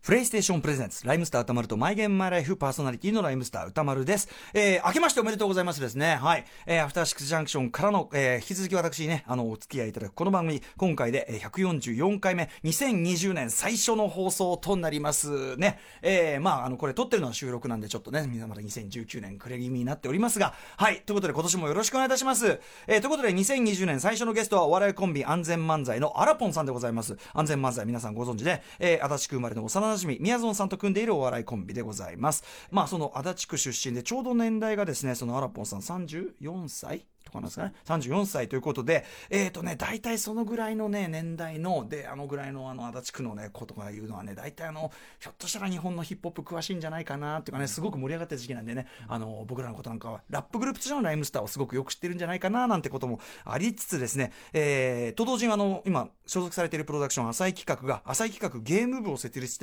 プレイステーションプレゼンツライムスター歌丸とマイゲームマイライフパーソナリティのライムスター歌丸です。明けましておめでとうございますですね。はい。アフターシックスジャンクションからの、引き続き私ね、お付き合いいただくこの番組、今回で、144回目、2020年最初の放送となりますね。これ撮ってるのは収録なんでちょっとね、みんなまだ2019年暮れ気味になっておりますが、はい。ということで今年もよろしくお願いいたします。ということで2020年最初のゲストはお笑いコンビ安全漫才のあらぽんさんでございます。安全漫才皆さんご存知で、足立区生まれの幼馴染みやぞんさんと組んでいるお笑いコンビでございます。その足立区出身でちょうど年代がですね、そのあらぽんさん34歳とかなんですかね、34歳ということで、大体そのぐらいのね年代ので、ぐらいの足立区のね子とかいうのはね、大体ひょっとしたら日本のヒップホップ詳しいんじゃないかなっていうかね、すごく盛り上がってる時期なんでね、僕らのことなんかはラップグループとしてのライムスターをすごくよく知ってるんじゃないかななんてこともありつつですね、と同時に今所属されているプロダクション浅井企画ゲーム部を設立して、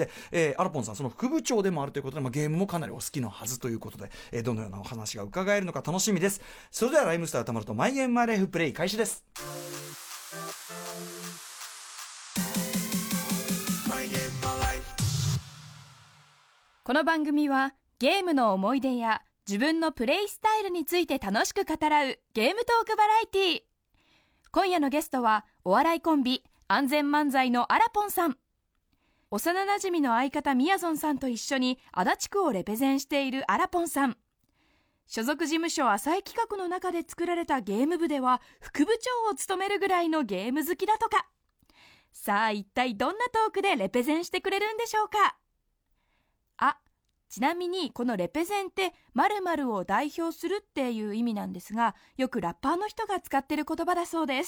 あらぽんさんその副部長でもあるということで、ゲームもかなりお好きのはずということで、どのようなお話が伺えるのか楽しみです。それではライムスター歌丸とマイゲームマイライフプレイ開始です。 この番組はゲームの思い出や自分のプレイスタイルについて楽しく語らうゲームトークバラエティー。今夜のゲストはお笑いコンビ安全漫才のあらぽんさん。幼馴染の相方みやぞんさんと一緒に足立区をレペゼンしているあらぽんさん。所属事務所浅井企画の中で作られたゲーム部では副部長を務めるぐらいのゲーム好きだとか。さあ一体どんなトークでレペゼンしてくれるんでしょうか。ちなみにこのレペゼンって〇〇を代表するっていう意味なんですが、よくラッパーの人が使ってる言葉だそうです。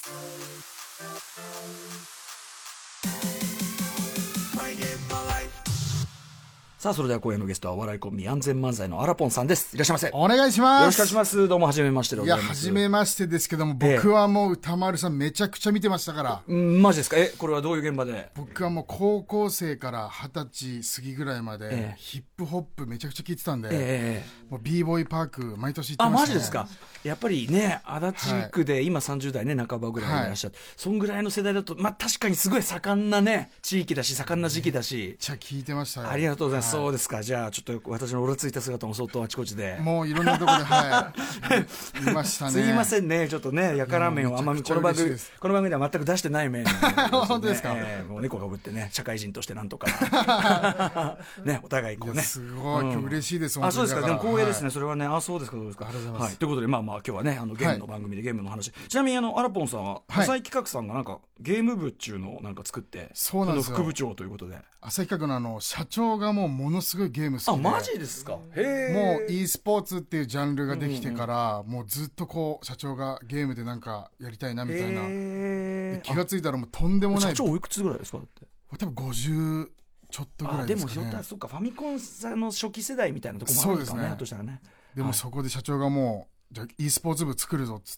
さあそれでは今夜のゲストはお笑いコンビ安全漫才のあらぽんさんです。いらっしゃいませ。 お願いします。 よろしくお願いします。どうも初めましてでございます。 初めましてですけども、僕はもう歌丸さんめちゃくちゃ見てましたから。 マジですか。これはどういう現場で？ 僕はもう高校生から20歳過ぎぐらいまで、ヒップホップめちゃくちゃ聞いてたんで、もう b ボーイパーク毎年行ってましたね。 マジですか。やっぱりね、足立区で今30代ね半ばぐらいでいらっしゃって、そんぐらいの世代だと確かにすごい盛んなね地域だし、盛んな時期だし、 めっちゃ聞いてましたよ。 ありがとうございます。そうですか。じゃあちょっと私のうろついた姿も相当あちこちでもういろんなところでいましたね。 すいませんね、ちょっとねやから麺をあんまりこの番組では全く出してない麺本当ですか。 もう猫がぶってね、社会人としてなんとかね、お互いこうね、 すごい、今日嬉しいです。 そうですか。でも光栄ですね、それはね。そうですか、そうですか。ありがとうございます。ということで今日はねゲームの番組でゲームの話、ちなみにあらぽんさんは浅井企画さんがなんかゲーム部っていうのをなんか作って、 そうなんですよ。 副部長ということで、 浅井企画の社長がもうものすごいゲーム好きで。 マジですか。 もう e スポーツっていうジャンルができてから、もうずっとこう社長がゲームでなんかやりたいなみたいな、気がついたらもうとんでもない。 社長おいくつぐらいですか。だって多分50ちょっとぐらいですかね。 でもそうか、ファミコンの初期世代みたいなところもあるんですかね。そうですね。としたらね。 でもそこで社長がもうじゃあ e スポーツ部作るぞっつって、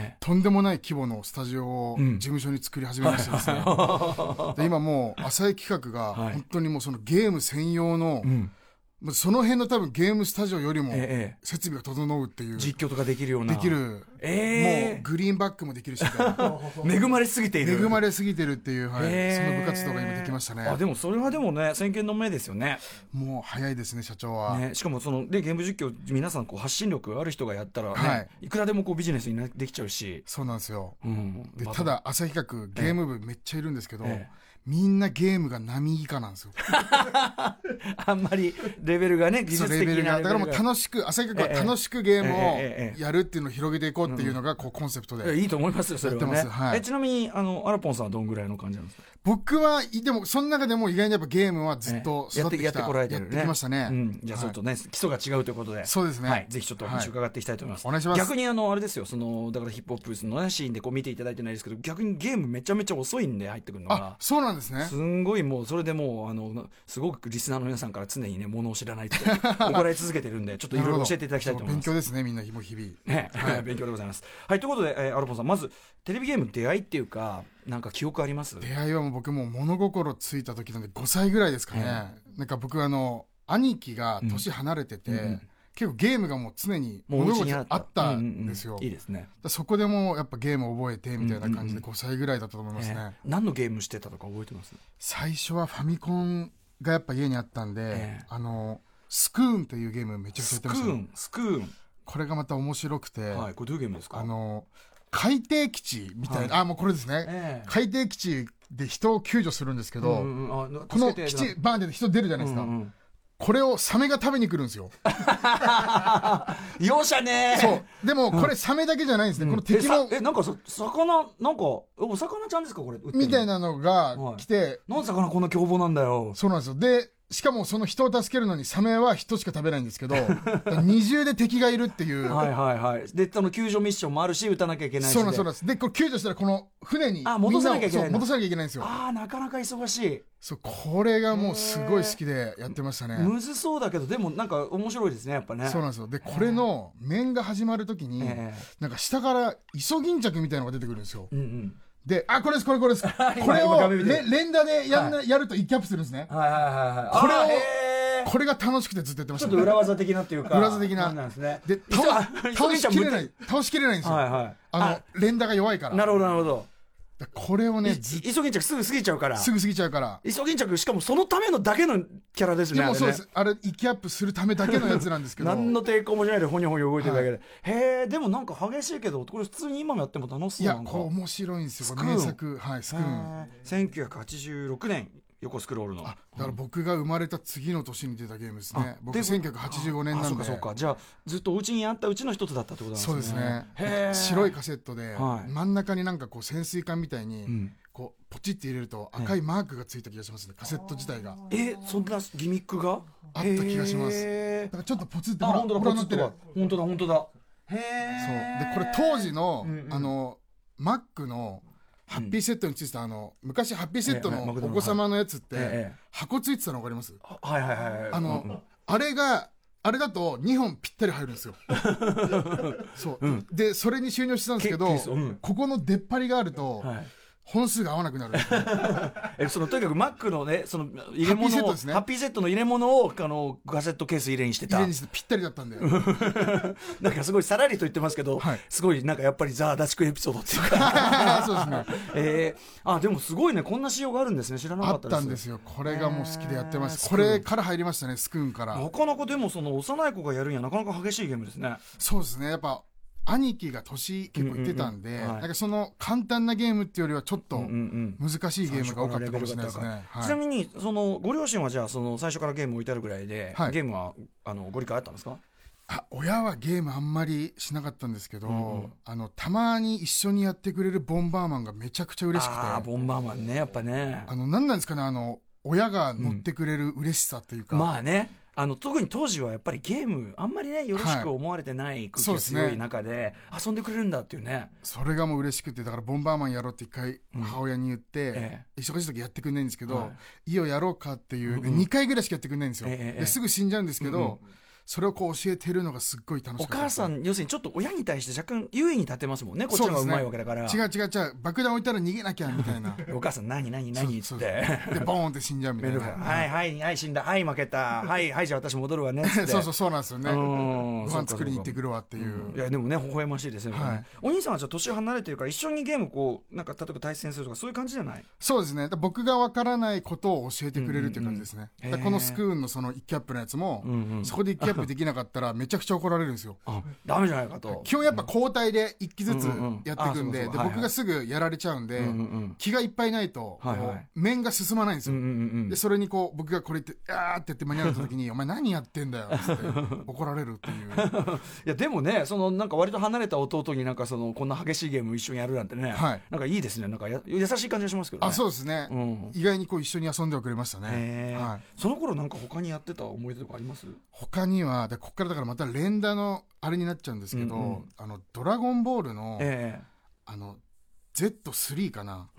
とんでもない規模のスタジオを事務所に作り始めましてですね、で今もう浅井企画が本当にもうそのゲーム専用の、その辺の多分ゲームスタジオよりも設備が整うっていう、 実況とかできるような、 できる、もうグリーンバックもできるし恵まれすぎているっていう、その部活動が今できましたね。 でもそれはでもね先見の目ですよね。 もう早いですね社長は、 しかもそのでゲーム実況皆さんこう発信力ある人がやったらね、いくらでもこうビジネスにできちゃうし。 そうなんですよ。でただ浅井企画ゲーム部めっちゃいるんですけど、みんなゲームが並以下なんですよ。 あんまりレベルがね、技術的なだからもう楽しく、浅井企画は楽しくゲームをやるっていうのを広げていこうっていうのがこうコンセプトで、 いいと思いますよそれはね。ちなみにあらぽんさんはどんぐらいの感じなんですか。 僕はでもその中でも意外にやっぱゲームはずっと育ってきた、やってきましたね。 じゃあちょっとね基礎が違うということで、 そうですね。 ぜひちょっとお話伺っていきたいと思います。 お願いします。 逆にあれですよ、そのだからヒップホップのシーンでこう見ていただいてないですけど、逆にゲームめちゃめちゃ遅いんで入ってくるのが。 そうなんですね。 すんごいもうそれでもうすごくリスナーの皆さんから常にねものを知らないって怒られ続けてるんで、ちょっといろいろ教えていただきたいと思います。 勉強ですね、みんな日々 ね、勉強でございます。ということであらぽんさん、まずテレビゲーム出会いっていうかなんか記憶あります？ 出会いはもう僕も物心ついた時なんで5歳ぐらいですかね。なんか僕兄貴が年離れてて、結構ゲームがもう常に物心あったんですよ。 いいですね。 そこでもやっぱゲームを覚えてみたいな感じで5歳ぐらいだったと思いますね。 何のゲームしてたとか覚えてます？ 最初はファミコンがやっぱ家にあったんで、スクーンというゲームめちゃくちゃやってましたね。 スクーン。 これがまた面白くて、 はい、これどういうゲームですか？ 海底基地みたいな、もうこれですね、海底基地で人を救助するんですけど、この基地バーンって人出るじゃないですか、これをサメが食べに来るんですよ。 容赦ね。 そうでもこれサメだけじゃないんですね、この敵もなんか魚、なんかお魚ちゃんですかこれみたいなのが来て、 なんで魚こんな凶暴なんだよ。 そうなんですよ。でしかもその人を助けるのにサメは人しか食べないんですけど二重で敵がいるっていうはいはいはい。でその救助ミッションもあるし撃たなきゃいけないし、 そうなんです。でこれ救助したらこの船に戻さなきゃいけない。 戻さなきゃいけないんですよ。 なかなか忙しい。 そうこれがもうすごい好きでやってましたね。 むずそうだけどでもなんか面白いですねやっぱね。 そうなんですよ。でこれの面が始まるときに、なんか下からイソギンチャクみたいなのが出てくるんですよ。でこれですこれですこれを連打でやると1キャップするんですね。これが楽しくてずっとやってました、ね、 ちょっと裏技的なっていうか裏技的ななんですね。で倒しきれないんですよ。連打が弱いから。 なるほどなるほど。 これをねイソギンチャクすぐ過ぎちゃうから。イソギンチャクしかもそのためのだけのキャラですね。 でもそうです。あれ1キャップするためだけのやつなんですけど何の抵抗もしないでほにょほにょ動いてるだけで、へえ。でもなんか激しいけどこれ普通に今もやっても楽しそう。なんかいやこれ面白いんですよ。これ名作。はいスクーン。 1986年横スクロールの。 だから僕が生まれた次の年に出たゲームですね。僕1985年なんで。 そうかじゃあずっとお家にあったうちの一つだったってことなんですね。 そうですね。白いカセットで、真ん中になんかこう潜水艦みたいに、こうポチって入れると赤いマークがついた気がしますね。カセット自体が。 そんなギミックがあった気がします。だからちょっとポツって本当だポツって本当だ。 そうでこれ当時のMac のハッピーセットについてた昔ハッピーセットのお子様のやつって箱ついてたの分かります？あれだと2本ぴったり入るんですよ。そうでそれに収納してたんですけど、ここの出っ張りがあると本数が合わなくなる。 とにかく Mac のねその入れ物をハッピーセットの入れ物をカセットケース入れにしてた。 ぴったりだったんでなんかすごいさらりと言ってますけど、すごいなんかやっぱりザ・ダチクエピソードっていうかそうですね。でもすごいねこんな仕様があるんですね。知らなかったです。 あったんですよ。これがもう好きでやってました。これから入りましたね。スクーンからなかなかでもその幼い子がやるにはなかなか激しいゲームですね。 そうですね。やっぱ兄貴が年結構いってたんで、なんかその簡単なゲームっていうよりはちょっと難しいゲームが多かったかもしれないですね。 ちなみにそのご両親はじゃあその最初からゲーム置いてあるぐらいで、ゲームはご理解あったんですか？ 親はゲームあんまりしなかったんですけど、たまに一緒にやってくれるボンバーマンがめちゃくちゃ嬉しくて。 ボンバーマンねやっぱね。 何なんですかね親が乗ってくれる嬉しさというか。 まあね。特に当時はやっぱりゲームあんまりねよろしく思われてない空気が強い中で遊んでくれるんだっていうね。 それがもう嬉しくて、だからボンバーマンやろうって一回母親に言って、忙しい時やってくんないんですけど、いいよやろうかっていう2回ぐらいしかやってくんないんですよ。ですぐ死んじゃうんですけど、それをこう教えてるのがすっごい楽しかった。 お母さん要するにちょっと親に対して若干優位に立てますもんね。こっちの方がうまいわけだから。 違う爆弾置いたら逃げなきゃみたいなお母さん何っつってでボーンって死んじゃうみたいなはい死んだはい負けたはいじゃあ私戻るわねっつってそうなんですよね。ご飯作りに行ってくるわっていう。 いやでもね微笑ましいですね。お兄さんはじゃあ年離れてるから一緒にゲームこうなんか例えば対戦するとかそういう感じじゃない？ そうですね。僕が分からないことを教えてくれるっていう感じですね。このスクーンのその1キャップのやつもそこで1キャップできなかったらめちゃくちゃ怒られるんですよ。 ダメじゃないかと。 基本やっぱ交代で1機ずつやっていくんで、僕がすぐやられちゃうんで、気がいっぱいないと面が進まないんですよ。でそれにこう僕がこれ言ってってやって間に合った時にお前何やってんだよって怒られるっていう。 いやでもねそのなんか割と離れた弟になんかそのこんな激しいゲームを一緒にやるなんてね、なんかいいですね。なんか優しい感じがしますけどね。 そうですね。意外にこう一緒に遊んではくれましたね。 その頃なんか他にやってた思い出とかあります？ 他にはこっからだからまた連打のあれになっちゃうんですけど、ドラゴンボールの、Z3 かな、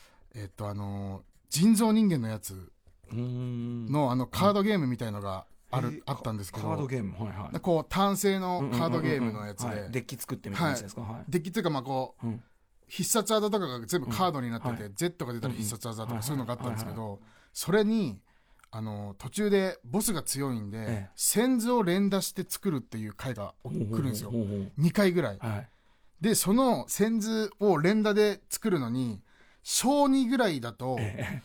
人造人間のやつのカードゲームみたいのがあったんですけど、 カードゲーム、 こう単性のカードゲームのやつでデッキ作ってみたいなやつですか？ デッキっていうかこう、必殺技とかが全部カードになってて、Z が出たら必殺技とかそういうのがあったんですけど、それに途中でボスが強いんで、先図を連打して作るっていう回が来るんですよ。2回ぐらい、でその先図を連打で作るのに小2ぐらいだと、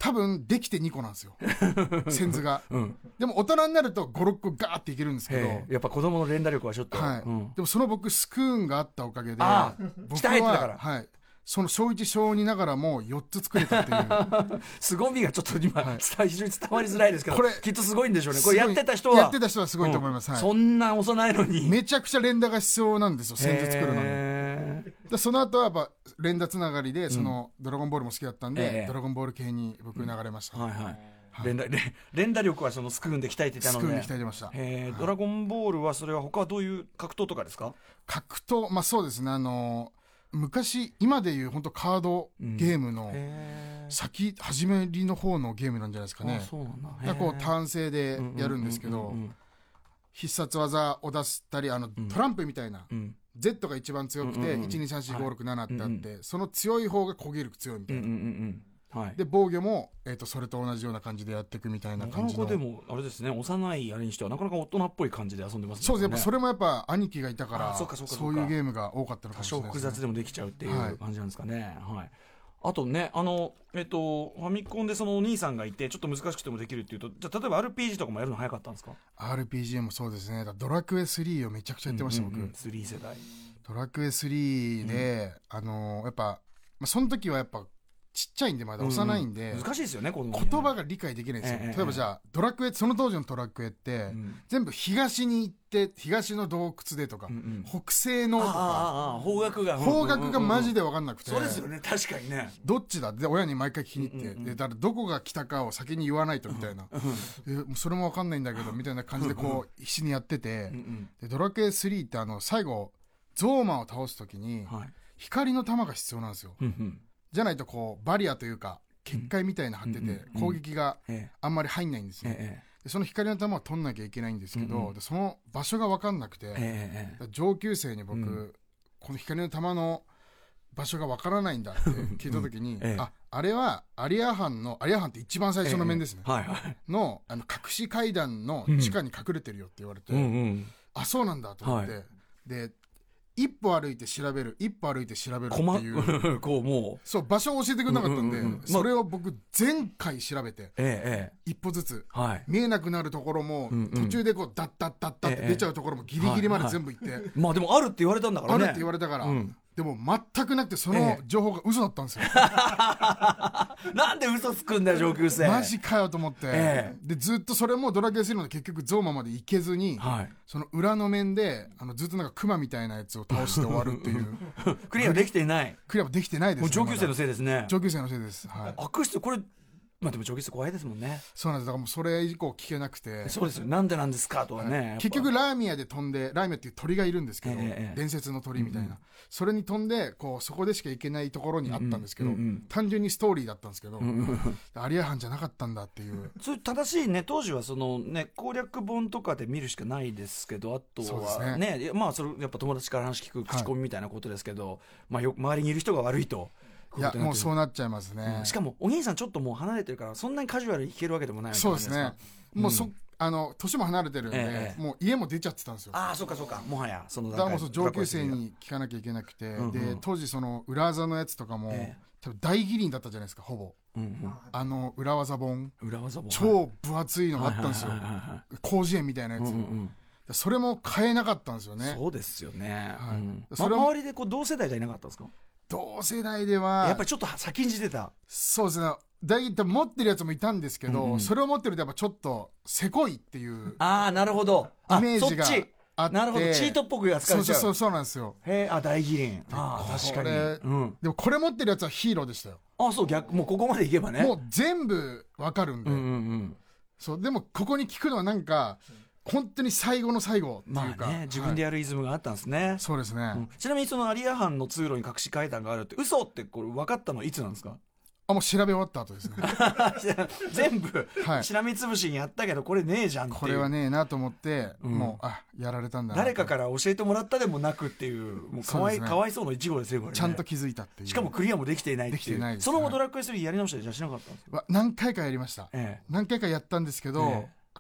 多分できて2個なんですよ線図が、でも大人になると 5,6 個ガーっていけるんですけど、 やっぱ子供の連打力はちょっと、 はいでもその僕スクーンがあったおかげで僕鍛えてたから、 はい、その小1小2ながらも4つ作れたっていう凄みがちょっと今、非常に伝わりづらいですけど、これきっとすごいんでしょうね。これやってた人はすごいと思います、 そんな幼いのにめちゃくちゃ連打が必要なんですよ、線図作るのに。でその後はやっぱ連打つながりでそのドラゴンボールも好きだったんで、ドラゴンボール系に僕流れました、 連打力はそのスクーンで鍛えていたので、 スクーンで鍛えてました。 ドラゴンボールはそれは他はどういう格闘とかですか？ 格闘、まあそうですね、昔今でいう本当カードゲームの初めりの方のゲームなんじゃないですかね。 そうなんだ。 こう単性でやるんですけど、必殺技を出したりトランプみたいな、Z が一番強くて 1,2,3,4,5,6,7 ってあって、その強い方が攻撃力強いみたいな、で防御も、それと同じような感じでやっていくみたいな感じの。 でもあれですね、幼いあれにしてはなかなか大人っぽい感じで遊んでますね。 そうです、やっぱそれもやっぱ兄貴がいたからそういうゲームが多かったのかもしれないですね。 多少複雑でもできちゃうっていう感じなんですかね。あとね、ファミコンでそのお兄さんがいてちょっと難しくてもできるっていうと、じゃあ例えば RPG とかもやるの早かったんですか？ RPG もそうですね。ドラクエ3をめちゃくちゃやってました、僕。 3世代。 ドラクエ3で、やっぱ、その時はやっぱちっちゃいんでまだ幼いんで、 難しいですよね、言葉が理解できないんですよ。例えばじゃあドラクエ、その当時のドラクエって、全部東に行って東の洞窟でとか、北西のとか、方角がマジで分かんなくて。 そうですよね、確かにね。 どっちだって親に毎回聞きに行って、だからどこが北かを先に言わないとみたいな、それも分かんないんだけどみたいな感じでこう必死にやってて、でドラクエ3って最後ゾーマを倒す時に光の玉が必要なんですよ。じゃないとこうバリアというか結界みたいな張ってて攻撃があんまり入んないんですね。でその光の玉を取んなきゃいけないんですけど、でその場所が分かんなくて、上級生に僕、この光の玉の場所が分からないんだって聞いた時に、あれはアリア藩って一番最初の面ですね、の隠し階段の地下に隠れてるよって言われて、あ、そうなんだと思って、で一歩歩いて調べるっていうこうもうそう場所を教えてくれなかったんで、それを僕全回調べて、一歩ずつ、見えなくなるところも、途中でこうダッダッダッダッって出ちゃうところもギリギリまで全部行って、 まあでもあるって言われたんだからね。 あるって言われたから、でも全くなくてその情報が嘘だったんですよ、 なんで嘘つくんだよ上級生、 マジかよと思って、でずっとそれもドラクエ3ので結局ゾーマまで行けずに、その裏の面でずっとなんかクマみたいなやつを倒して終わるっていうクリアできてないクリアできてないですね。 もう上級生のせいですね。 上級生のせいです、 悪質、これまあでも上級生怖いですもんね。 そうなんです。だからもうそれ以降聞けなくて。 そうですよ、なんでなんですかとはね、 結局ラーミアで飛んで、ラーミアっていう鳥がいるんですけど、伝説の鳥みたいな、それに飛んでこうそこでしか行けないところにあったんですけど、単純にストーリーだったんですけど、アリア藩じゃなかったんだっていう。 そういう正しいね、当時はそのね攻略本とかで見るしかないですけど、あとはね、まあそれやっぱ友達から話聞く口コミみたいなことですけど、まあ周りにいる人が悪いと。 いやもうそうなっちゃいますね、 しかもお兄さんちょっともう離れてるからそんなにカジュアルに弾けるわけでもないわけじゃないですか。 そうですね、もう年も離れてるんで、もう家も出ちゃってたんですよ。 ああそうかそうか、もはやそのだからもう上級生に聞かなきゃいけなくて、で当時その裏技のやつとかも、多分大義林だったじゃないですかほぼ、裏技本超分厚いのがあったんですよ、広辞苑みたいなやつ、それも買えなかったんですよね。 そうですよね、それ周りでこう同世代じゃいなかったんですか？ 同世代ではやっぱりちょっと先んじてた。 そうですね、大体持ってるやつもいたんですけど、それを持ってるとやっぱちょっとせこいっていう、 ああなるほど、 イメージがあって、 なるほど、チートっぽく扱っちゃう。 そうなんですよ。 大義林、確かに、 でもこれ持ってるやつはヒーローでしたよ。 そう、逆、もうここまでいけばね、 もう全部わかるんで、そうでもここに聞くのはなんか本当に最後の最後っていうか、 自分でやるイズムがあったんですね。 そうですね、 ちなみにそのアリア藩の通路に隠し階段があるって嘘ってこれ分かったのいつなんですか？ もう調べ終わった後ですね全部しらみつぶしにやったけどこれねえじゃんっていう、 これはねえなと思って、もうやられたんだな、 誰かから教えてもらったでもなくっていう、もうかわいそうの一号ですよこれ、ね、 ちゃんと気づいたっていう。しかもクリアもできていないっていう。 できてないです。 その後ドラクエ3やり直したりじゃしなかったんですか？ 何回かやりました、何回かやったんですけど、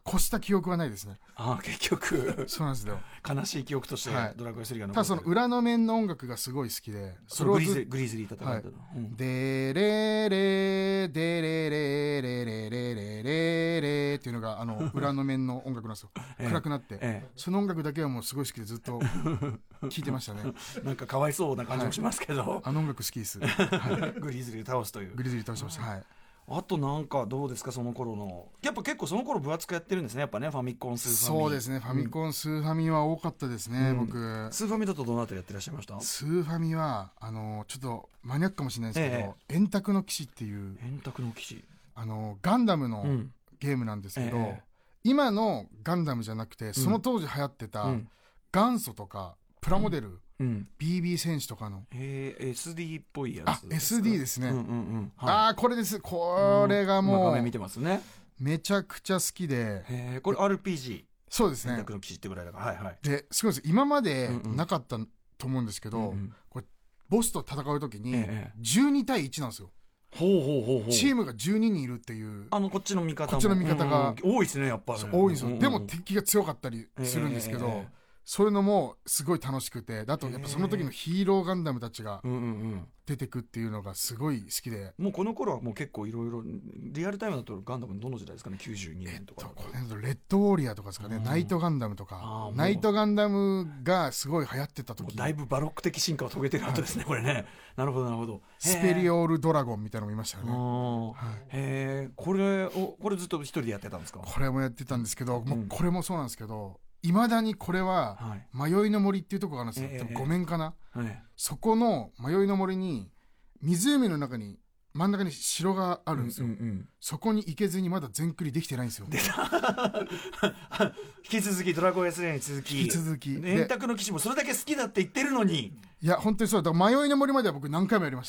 越した記憶はないですね。 結局そうなんですよ。 悲しい記憶としてドラクエ3が残ってる。 ただその裏の面の音楽がすごい好きで、 それをグリズリー叩かれたの、 でれれでれれれれれれれれっていうのが裏の面の音楽なんですよ。暗くなって、その音楽だけはもうすごい好きでずっと聴いてましたね。 なんかかわいそうな感じもしますけど、 あの音楽好きです。 グリズリー倒すという。 グリズリー倒しました。はい。 あとなんかどうですか、その頃の。やっぱ結構その頃分厚くやってるんですね、やっぱね。ファミコン、スーファミ。 そうですね、ファミコン、スーファミは多かったですね、僕。 スーファミだとどのあたりやってらっしゃいました？ スーファミはちょっとマニアックかもしれないですけど、円卓の騎士っていう、 円卓の騎士、 ガンダムのゲームなんですけど、今のガンダムじゃなくて、その当時流行ってた元祖とかプラモデル、BB 戦士とかの、 SD っぽいやつ。 SD ですね。これです。これがもう、 画面見てますね。 めちゃくちゃ好きで。 これ RPG。 そうですね。 円卓の騎士ってぐらいだから。はいはい。 で、すごいです。今までなかったと思うんですけど、これボスと戦うときに12対1なんですよ。チームが12人いるっていう。 こっちの味方が多いですね、やっぱり。 多いんですよ。でも敵が強かったりするんですけど、そういうのもすごい楽しくて、あとやっぱその時のヒーローガンダムたちが出てくっていうのがすごい好きで。 もうこの頃はもう結構いろいろリアルタイムだとガンダムどの時代ですかね。92年とか。 レッドウォーリアーとかですかね。ナイトガンダムとか。ナイトガンダムがすごい流行ってた時。 だいぶバロック的進化を遂げてる後ですね、これね。なるほどなるほど。 スペリオールドラゴンみたいなのもいましたよね。 これずっと一人でやってたんですか？ これもやってたんですけど、もうこれもそうなんですけど、いまだにこれは迷いの森っていうところがあるんですよ。多分5面かな。そこの迷いの森に湖の中に真ん中に城があるんですよ。そこに行けずにまだ全クリできてないんですよ。 引き続きドラゴン S に続き円卓の騎士もそれだけ好きだって言ってるのに。 いや本当にそうだ。迷いの森までは僕何回もやりました。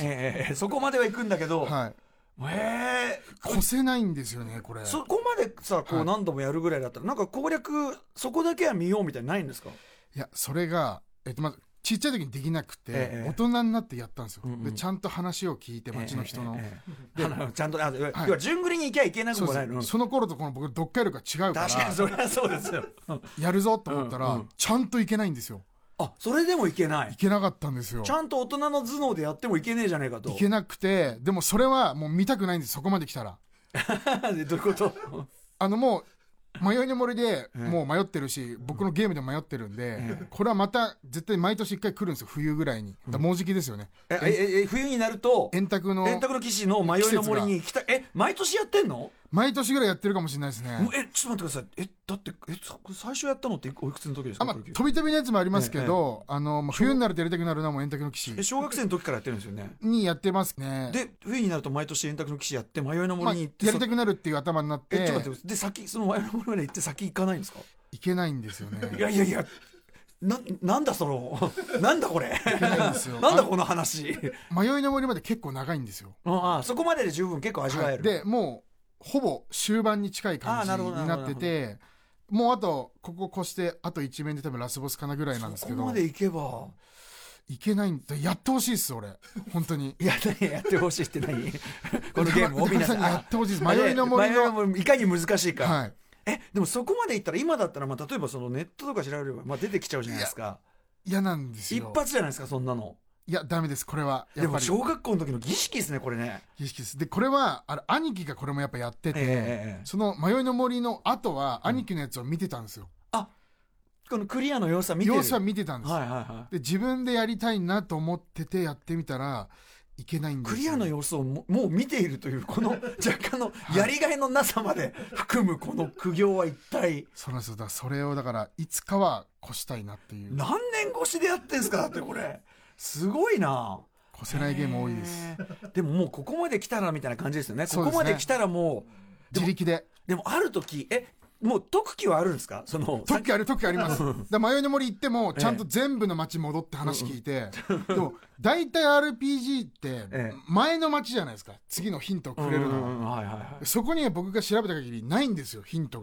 そこまでは行くんだけど、 越せないんですよね、これ。 そこまでさ、こう何度もやるぐらいだったら、なんか攻略そこだけは見ようみたいなないんですか？ いや、それがまずちっちゃい時にできなくて、大人になってやったんですよ。でちゃんと話を聞いて、街の人の、 ちゃんと要は順繰りに行きゃいけなくもないの。 その頃とこの僕読解力が違うから、 確かにそれはそうですよ。 やるぞと思ったら、ちゃんといけないんですよ。 それでもいけない。いけなかったんですよ。 ちゃんと大人の頭脳でやってもいけねえじゃねえかと。 いけなくて、でもそれはもう見たくないんです、そこまで来たら。 どういうこと？ もう迷いの森でもう迷ってるし、僕のゲームで迷ってるんで、これはまた絶対毎年1回来るんですよ、冬ぐらいに。もうじきですよね。 冬になると円卓の騎士の迷いの森に来た。毎年やってんの？ 毎年ぐらいやってるかもしれないですね。 ちょっと待ってください。だって最初やったのっておいくつの時ですか？ 飛び飛びのやつもありますけど、冬になるとやりたくなるのはもう円卓の騎士。 小学生の時からやってるんですよね。 にやってますね。 で冬になると毎年円卓の騎士やって迷いの森に行って、 やりたくなるっていう頭になって。 ちょっと待って、でその迷いの森まで行って先行かないんですか？ 行けないんですよね。 いやなんだそのなんだこれ。なんだこの話。 迷いの森まで結構長いんですよ。 そこまでで十分結構味わえる。 でもうほぼ終盤に近い感じになってて、もうあとここ越してあと一面で多分ラスボスかなぐらいなんですけど、 そこまで行けばいけないんで、やってほしいです俺本当に。 やってほしいって何？このゲームを皆さんやってほしいです。迷いの森のいかに難しいか。でもそこまでいったら今だったら、例えばそのネットとか調べれば出てきちゃうじゃないですか。 嫌なんですよ。 一発じゃないですかそんなの。 いやダメです、これはやっぱり。 でも小学校の時の儀式ですね、これね。 儀式です。でこれは兄貴がこれもやっぱやってて、その迷いの森の後は兄貴のやつを見てたんですよ。 このクリアの様子は見てる。 様子は見てたんです。で自分でやりたいなと思っててやってみたらいけないんですよ。 クリアの様子をもう見ているというこの若干のやりがいのなさまで含むこの苦行は一体。 そうなんですよ。それをだからいつかは越したいなっていう。 何年越しでやってんすか？だってこれすごいな。 越せないゲーム多いです。 でももうここまで来たらみたいな感じですよね。ここまで来たらもう自力で。 でもある時もう特技はあるんですか？ 特技あります。迷いの森行ってもちゃんと全部の街戻って話聞いて、でも大体 RPG って前の街じゃないですか、次のヒントをくれるのは。そこには僕が調べた限りないんですよ、ヒントが。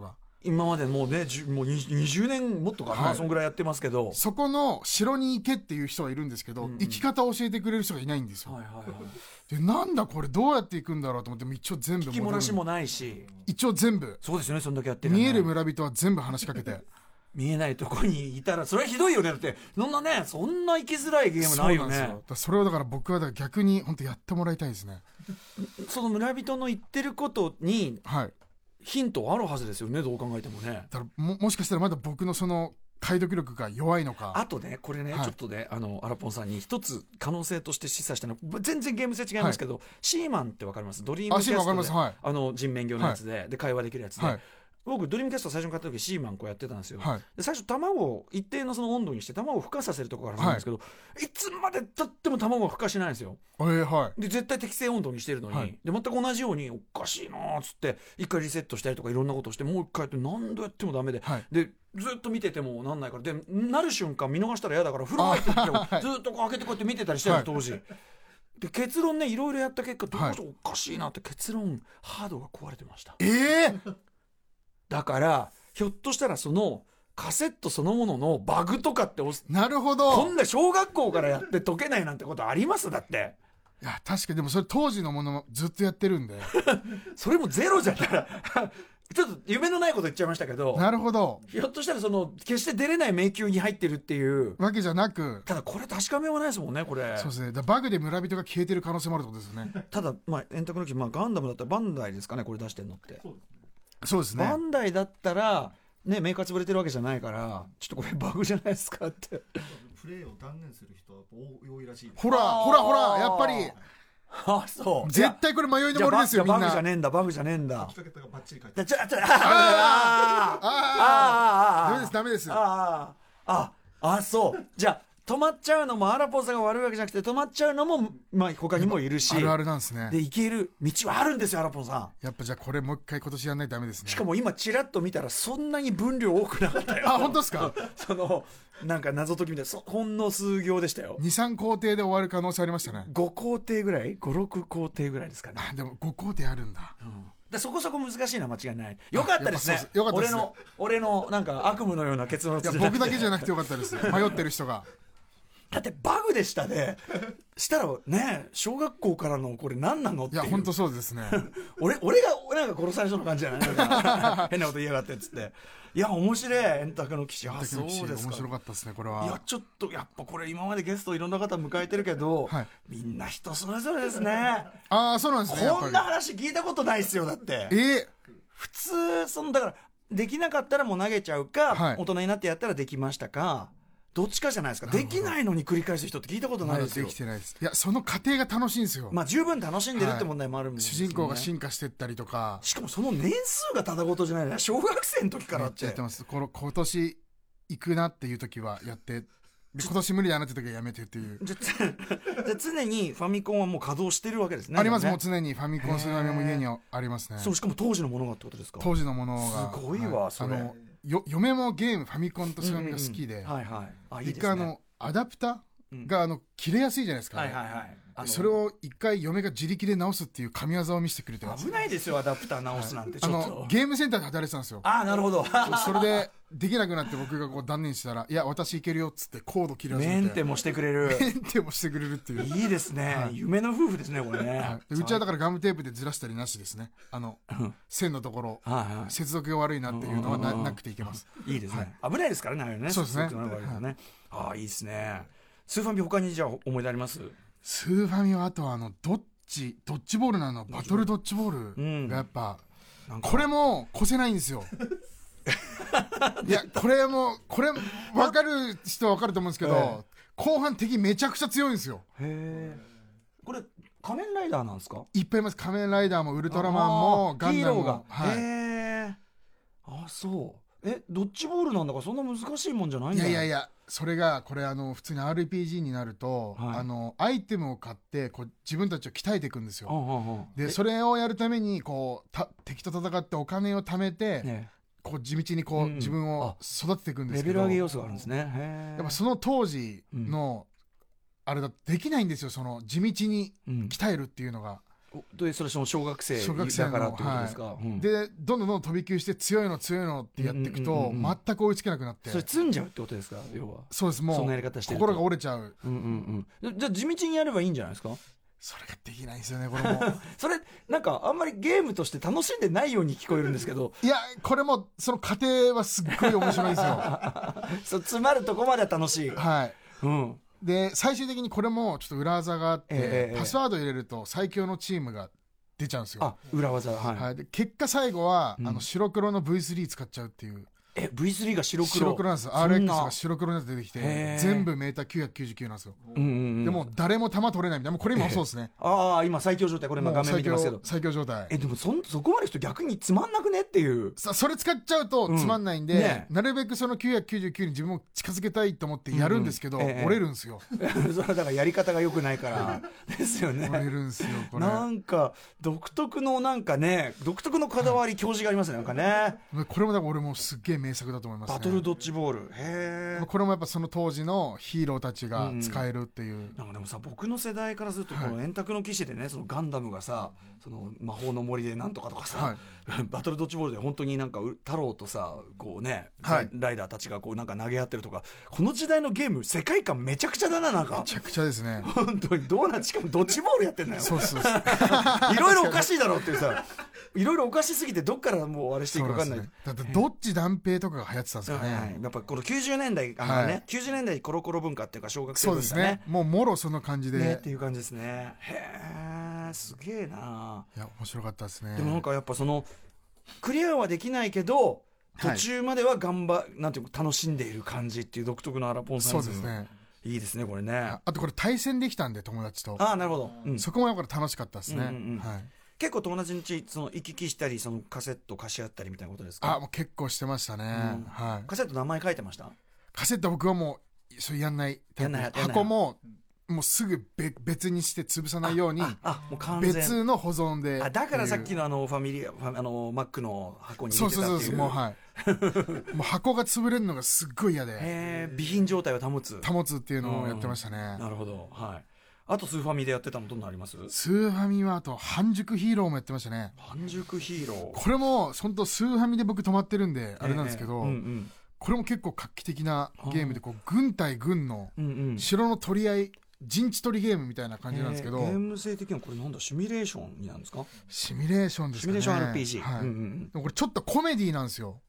今までもうねもう20年もっとかな、はい、そんぐらいやってますけど、 そこの城に行けっていう人はいるんですけど、生き方を教えてくれる人がいないんですよ、はいはいはい、でなんだこれどうやって行くんだろうと思って一応全部聞き漏らしもないし一応全部そうですよね、そんだけやってる、ね、 見える村人は全部話しかけて見えないとこにいたらそれはひどいよね。だってそんな行きづらいゲームないよね。そうなんですよ。それをだから僕は逆に本当やってもらいたいですね。 その村人の言ってることに、はい、ヒントあるはずですよね、どう考えてもね。 だからもしかしたらまだ僕のその解読力が弱いのか。 あとねこれね、はい、ちょっとねアラポンさんに一つ可能性として示唆したのは全然ゲーム性違いますけど、はい、シーマンってわかります？ドリームキャストで、はい、人面魚のやつで、はい、で会話できるやつで、はい、僕ドリームキャスト最初に買った時シーマンこうやってたんですよ、はい、で最初卵を一定のその温度にして卵を孵化させるところからなんですけど、はい、いつまでたっても卵が孵化しないんですよ、はい、で絶対適正温度にしてるのに、はい、で全く同じようにおかしいなーっつって一回リセットしたりとかいろんなことをしてもう一回やって何度やってもダメで、はい、でずっと見ててもなんないからでなる瞬間見逃したら嫌だから風呂入ってきてもずっとこう開けてこうやって見てたりしてる当時、はい、で結論ねいろいろやった結果どうしておかしいなって結論ハードが壊れてました。だからひょっとしたらそのカセットそのもののバグとかってなるほどこんな小学校からやって解けないなんてことあります？だっていや確かにでもそれ当時のものもずっとやってるんでそれもゼロじゃったらちょっと夢のないこと言っちゃいましたけど、 なるほどひょっとしたらその決して出れない迷宮に入ってるっていうわけじゃなく、 ただこれ確かめようがないですもんねこれ。 そうですね、バグで村人が消えてる可能性もあるってことですよね。 ただ円卓の記、ガンダムだったらバンダイですかねこれ出してるのって。 そうですね、 バンダイだったらねメーカー潰れてるわけじゃないからちょっとこれバグじゃないですかってプレイを断念する人は多いらしい。 ほらやっぱりそう絶対これ迷いの森ですよみんな。 バグじゃねえんだバグじゃねえんだ。 書き方がバッチリ書いてある。 ダメです。 そうじゃあ止まっちゃうのもアラポンさんが悪いわけじゃなくて止まっちゃうのも他にもいるしあるあるなんですね。 で行ける道はあるんですよアラポンさん。 やっぱじゃあこれもう一回今年やんないとダメですね。 しかも今チラッと見たらそんなに分量多くなかったよ。 本当ですか？ そのなんか謎解きみたいなほんの数行でしたよ。 2,3 工程で終わる可能性ありましたね。 5工程ぐらい 5,6 工程ぐらいですかね。 でも5工程あるんだ、 でそこそこ難しいのは間違いない。よかったですね。 よかったです。 俺のなんか悪夢のような結論。 僕だけじゃなくてよかったです迷ってる人がだってバグでしたね。したらね小学校からのこれ何なのっていう。 いや本当そうですね俺がなんか殺されそうな感じじゃない変なこと言いやがってっつって。いや面白い円卓の騎士。そうですか。面白かったですねこれは。 いやちょっとやっぱこれ今までゲストいろんな方迎えてるけど、はい、みんな人それぞれですね。 そうなんですね。 こんな話聞いたことないですよだって。普通だからできなかったらもう投げちゃうか、はい、大人になってやったらできましたかどっちかじゃないですか。できないのに繰り返す人って聞いたことないですよ。 できてないです。いやその過程が楽しいんですよ。 十分楽しんでるって問題もあるんですよね、 主人公が進化してったりとか。 しかもその年数がただごとじゃないね。小学生の時からってやってます。今年行くなっていう時はやって今年無理だなって時はやめてっていう。じゃ常にファミコンはもう稼働してるわけですね。 あります、もう常にファミコンスーファミも家にありますね。 そうしかも当時のものがってことですか。 当時のものがすごいわ、それ。 嫁もゲームファミコンとスーファミが好きで、一回アダプタが切れやすいじゃないですか、それを一回嫁が自力で直すっていう神業を見せてくれてます。 危ないですよアダプター直すなんて。ちょっとゲームセンターで働いてたんですよ。 なるほどそれでできなくなって僕がこう断念したらいや私いけるよっつってコード切り始めてメンテもしてくれるっていう。 いいですね、夢の夫婦ですねこれね、 うちはだからガムテープでずらしたりなしですね。線のところ、接続が悪いなっていうのはなくていけます。 いいですね、危ないですからね。 そうですね。 いいですね。スーファミ他にじゃあ思い出あります？ スーファミはあとはドッジボールのバトルドッジボールがやっぱ、これも越せないんですよいやこれ分かる人は分かると思うんですけど、後半敵めちゃくちゃ強いんですよ。 これ仮面ライダーなんですか？ いっぱいいます。仮面ライダーもウルトラマンもガンダムも。 そうドッジボールなんだからそんな難しいもんじゃないんだよ。 いやそれがこれ普通に RPG になると、アイテムを買って自分たちを鍛えていくんですよ。でそれをやるために敵と戦ってお金を貯めて、地道に自分を育てていくんですけど、 レベル上げ要素があるんですね。 やっぱその当時の、あれだできないんですよ。その地道に鍛えるっていうのが。 それその小学生だからってことですか、 はいでどんどん飛び級して強いのってやっていくと、全く追いつけなくなって、 それ積んじゃうってことですか、要は。 そうです、もうそんなやり方してると心が折れちゃう、 じゃあ地道にやればいいんじゃないですか。 それができないんですよね、これもそれなんかあんまりゲームとして楽しんでないように聞こえるんですけどいやこれもその過程はすっごい面白いんですよそう詰まるとこまでは楽しい。 はい、で最終的にこれもちょっと裏技があって、パスワード入れると最強のチームが出ちゃうんですよ。 あ、裏技、はいで結果最後は、白黒の V3 使っちゃうっていう。 V3 が白黒なんです。RX が白黒のやつ出てきて全部メーター999なんですよ。でも誰も弾取れないみたいな、これ今そうですね。 今最強状態、これ今画面見てますけど最強状態。 でもそこまで人逆につまんなくねっていう。 それ使っちゃうとつまんないんで、なるべくその999に自分を近づけたいと思ってやるんですけど、折れるんですよ。 それはだからやり方が良くないからですよね。 折れるんですよこれ。 なんか独特のこだわり、教示がありますね、なんかね。 これもだから俺もすっげえ名作だと思いますね。 バトルドッジボール。へこれもやっぱその当時のヒーローたちが使えるっていう、 なんかでもさ、僕の世代からするとこの円卓の騎士でね、そのガンダムがさ、その魔法の森でなんとかとかさ、バトルドッジボールで本当になんか太郎とさこうね、ライダーたちがこうなんか投げ合ってるとか、この時代のゲーム世界観めちゃくちゃだな。なんかめちゃくちゃですね。 本当にしかもドッジボールやってんだよ。 そういろいろおかしいだろうっていうさ、いろいろおかしすぎてどっからもうあれしていいか分かんない。 だってドッジ断平とかが流行ってたんですかね。 やっぱこの90年代90年代コロコロ文化っていうか小学生文化ね。 そうですね。もろその感じでっていう感じですね。へえ、すげえな。 いや面白かったですね。 でもなんかやっぱそのクリアはできないけど途中まではなんていうか楽しんでいる感じっていう独特のアラポンさん。 そうですね。 いいですねこれね。 あとこれ対戦できたんで友達と。 なるほど。 そこもやっぱり楽しかったですね。 結構友達の家その行き来したり、そのカセット貸し合ったりみたいなことですか。 もう結構してましたね。 カセット名前書いてました。 カセット僕はもうそれやんない。箱ももうすぐ別にして潰さないように、もう別の保存で。 だからさっきのファミリーマックの箱に入れてたっていう。 そうもうもう箱が潰れるのがすっごい嫌で、 備品状態を保つっていうのをやってましたね。 なるほど。あとスーファミでやってたのどんなのあります？ スーファミはあと半熟ヒーローもやってましたね。 半熟ヒーロー、これも本当スーファミで僕止まってるんであれなんですけど、これも結構画期的なゲームで、こう軍対軍の城の取り合い、陣地取りゲームみたいな感じなんですけど、 ゲーム性的にはこれなんだ、シミュレーションになんですか？ シミュレーションですかね。 シミュレーション RPG、 でもこれちょっとコメディなんですよ。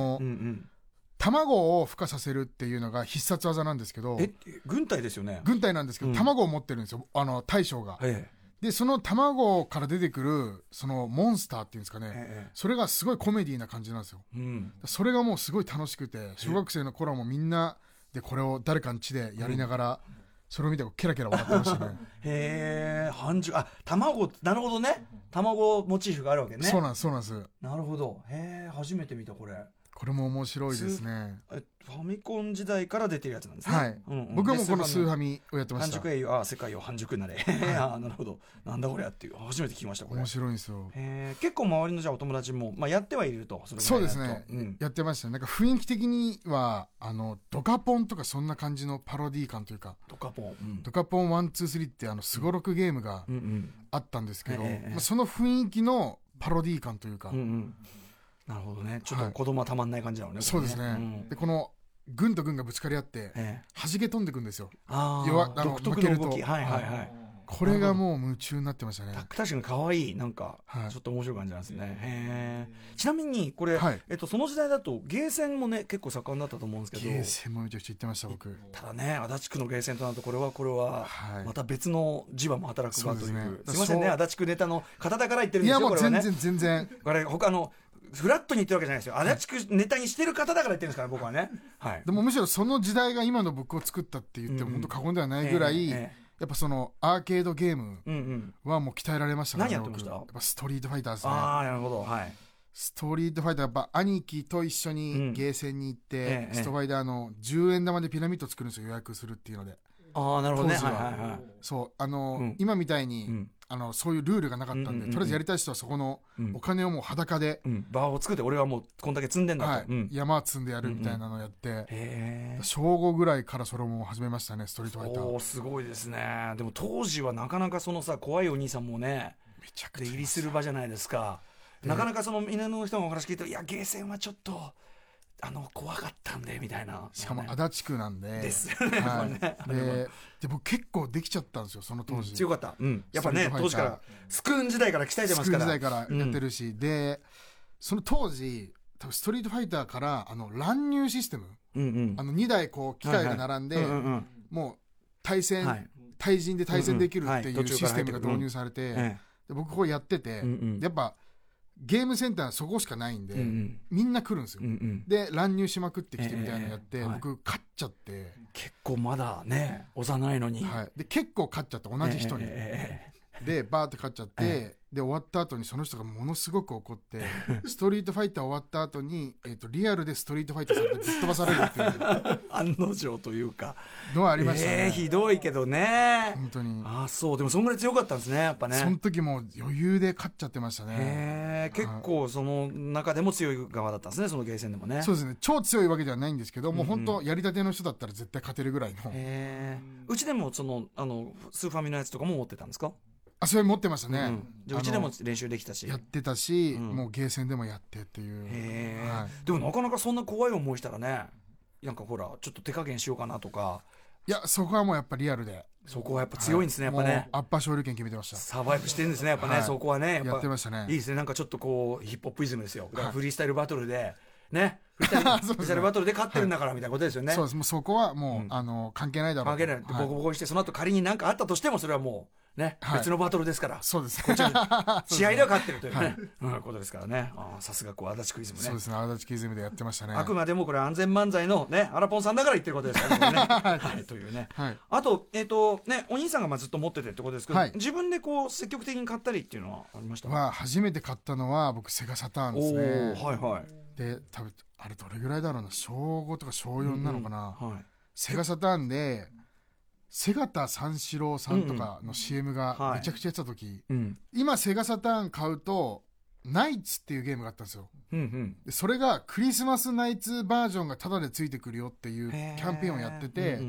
卵を孵化させるっていうのが必殺技なんですけど、 軍隊ですよね。 軍隊なんですけど、卵を持ってるんですよ、大将が。でその卵から出てくるそのモンスターっていうんですかね、それがすごいコメディな感じなんですよ。それがもうすごい楽しくて、小学生の頃もみんなでこれを誰かの家でやりながら、それを見てケラケラ笑ってましたね。 半熟、卵、なるほどね。卵モチーフがあるわけね。 そうなんです。 なるほど。初めて見たこれ。 これも面白いですね。 ファミコン時代から出てるやつなんですね。 僕はもうこのスーファミをやってました。 半熟英雄、世界を半熟なれ。なるほど。なんだこれやっていう、初めて聞きましたこれ。 面白いんですよ。 結構周りのじゃあお友達もやってはいると。 そうですね。やってました。なんか雰囲気的にはドカポンとかそんな感じのパロディ感というか。 ドカポン 1、2、3ってすごろくゲームがあったんですけど、その雰囲気のパロディ感というか。 なるほどね。ちょっと子供はたまんない感じなのね。 そうですね。でこの軍と軍がぶつかり合って弾け飛んでくんですよ。 独特の動き。 これがもう夢中になってましたね。 確かに可愛い、なんかちょっと面白い感じなんですね。ちなみにこれその時代だとゲーセンもね結構盛んだったと思うんですけど。 ゲーセンもめちゃくちゃ行ってました僕。 ただね、足立区のゲーセンとなるとこれはまた別の磁場も働く場という。すいませんね、足立区ネタの方だから言ってるんですよ。 いやもう全然これ他のフラットに言ってるわけじゃないですよ。足立区ネタにしてる方だから言ってるんですから僕はね。 でもむしろその時代が今の僕を作ったって言っても本当過言ではないぐらい、やっぱそのアーケードゲームはもう鍛えられましたからね。 何やってました？ やっぱストリートファイターですね。 なるほど。 ストリートファイター、やっぱ兄貴と一緒にゲーセンに行って、ストファイターの10円玉でピラミッド作るんですよ、予約するっていうので。 なるほどね。 そう今みたいにそういうルールがなかったんで、とりあえずやりたい人はそこのお金をもう裸で場を作って、俺はもうこんだけ積んでんだと、 山積んでやるみたいなのをやって、小5ぐらいからそれも始めましたね、ストリートファイター。 すごいですね。でも当時はなかなかそのさ、怖いお兄さんもね、 めちゃくちゃ出入りする場じゃないですか。なかなかその稲の人のお話聞いて、いやゲーセンはちょっと怖かったんでみたいな。 しかも足立区なんでですよね、 はいねで僕結構できちゃったんですよその当時、 強かった、やっぱね当時からスクーン時代から鍛えてますから、 スクーン時代からやってるし、でその当時多分ストリートファイターから乱入システム、2台こう機械が並んで、もう対戦、対人で対戦できるっていうシステムが導入されて、で僕こうやってて、やっぱゲームセンターそこしかないんで、みんな来るんですよ、で乱入しまくってきてみたいなのやって、僕勝っちゃって、 結構まだね幼いのに、 で結構勝っちゃって同じ人に、でバーって勝っちゃって、で終わった後にその人がものすごく怒ってストリートファイター終わった後に、リアルでストリートファイターされてぶっ飛ばされるっていう案の定というかのはありましたね、 ひどいけどね、 本当に。 そうでもそんぐらい強かったんですね、やっぱね。 その時も余裕で勝っちゃってましたね。 結構その中でも強い側だったんですね、そのゲーセンでもね。 そうですね、超強いわけではないんですけど、もう本当やりたての人だったら絶対勝てるぐらいの。 うちでもスーファミのやつとかも持ってたんですか？ それ持ってましたね、 じゃあうちでも練習できたしやってたし、もうゲーセンでもやってっていう。 でもなかなかそんな怖い思いしたらね、なんかほらちょっと手加減しようかなとか。 いやそこはもうやっぱリアルで、 そこはやっぱ強いんですね、やっぱね。 もうアッパー昇竜拳決めてました。 サバイブしてるんですね、やっぱね、そこはねやってましたね。 いいですね、なんかちょっとこうヒップホップイズムですよ。だからフリースタイルバトルでね、フリースタイルバトルで勝ってるんだからみたいなことですよね。 そうです、もうそこはもう関係ないだろう、 関係ない、ボコボコにして、その後仮に何かあったとしてもそれはもうね、別のバトルですから、 そうです、 こっちは試合では勝ってるというね、ことですからね。さすがこう足立クイズムね。 そうですね、足立クイズムでやってましたね。 あくまでもこれ安全漫才のねアラポンさんだから言ってることですからね。はいというね。あとねお兄さんがずっと持っててってことですけど、自分でこう積極的に買ったりっていうのはありましたか？ 初めて買ったのは僕セガサターンですね。 はいはい。 で多分あれどれぐらいだろうな、小5とか小4なのかな。セガサターンで瀬形三四郎さんとかの CM がめちゃくちゃやってた時、今セガサターン買うとナイツっていうゲームがあったんですよ、でそれがクリスマスナイツバージョンがタダでついてくるよっていうキャンペーンをやってて、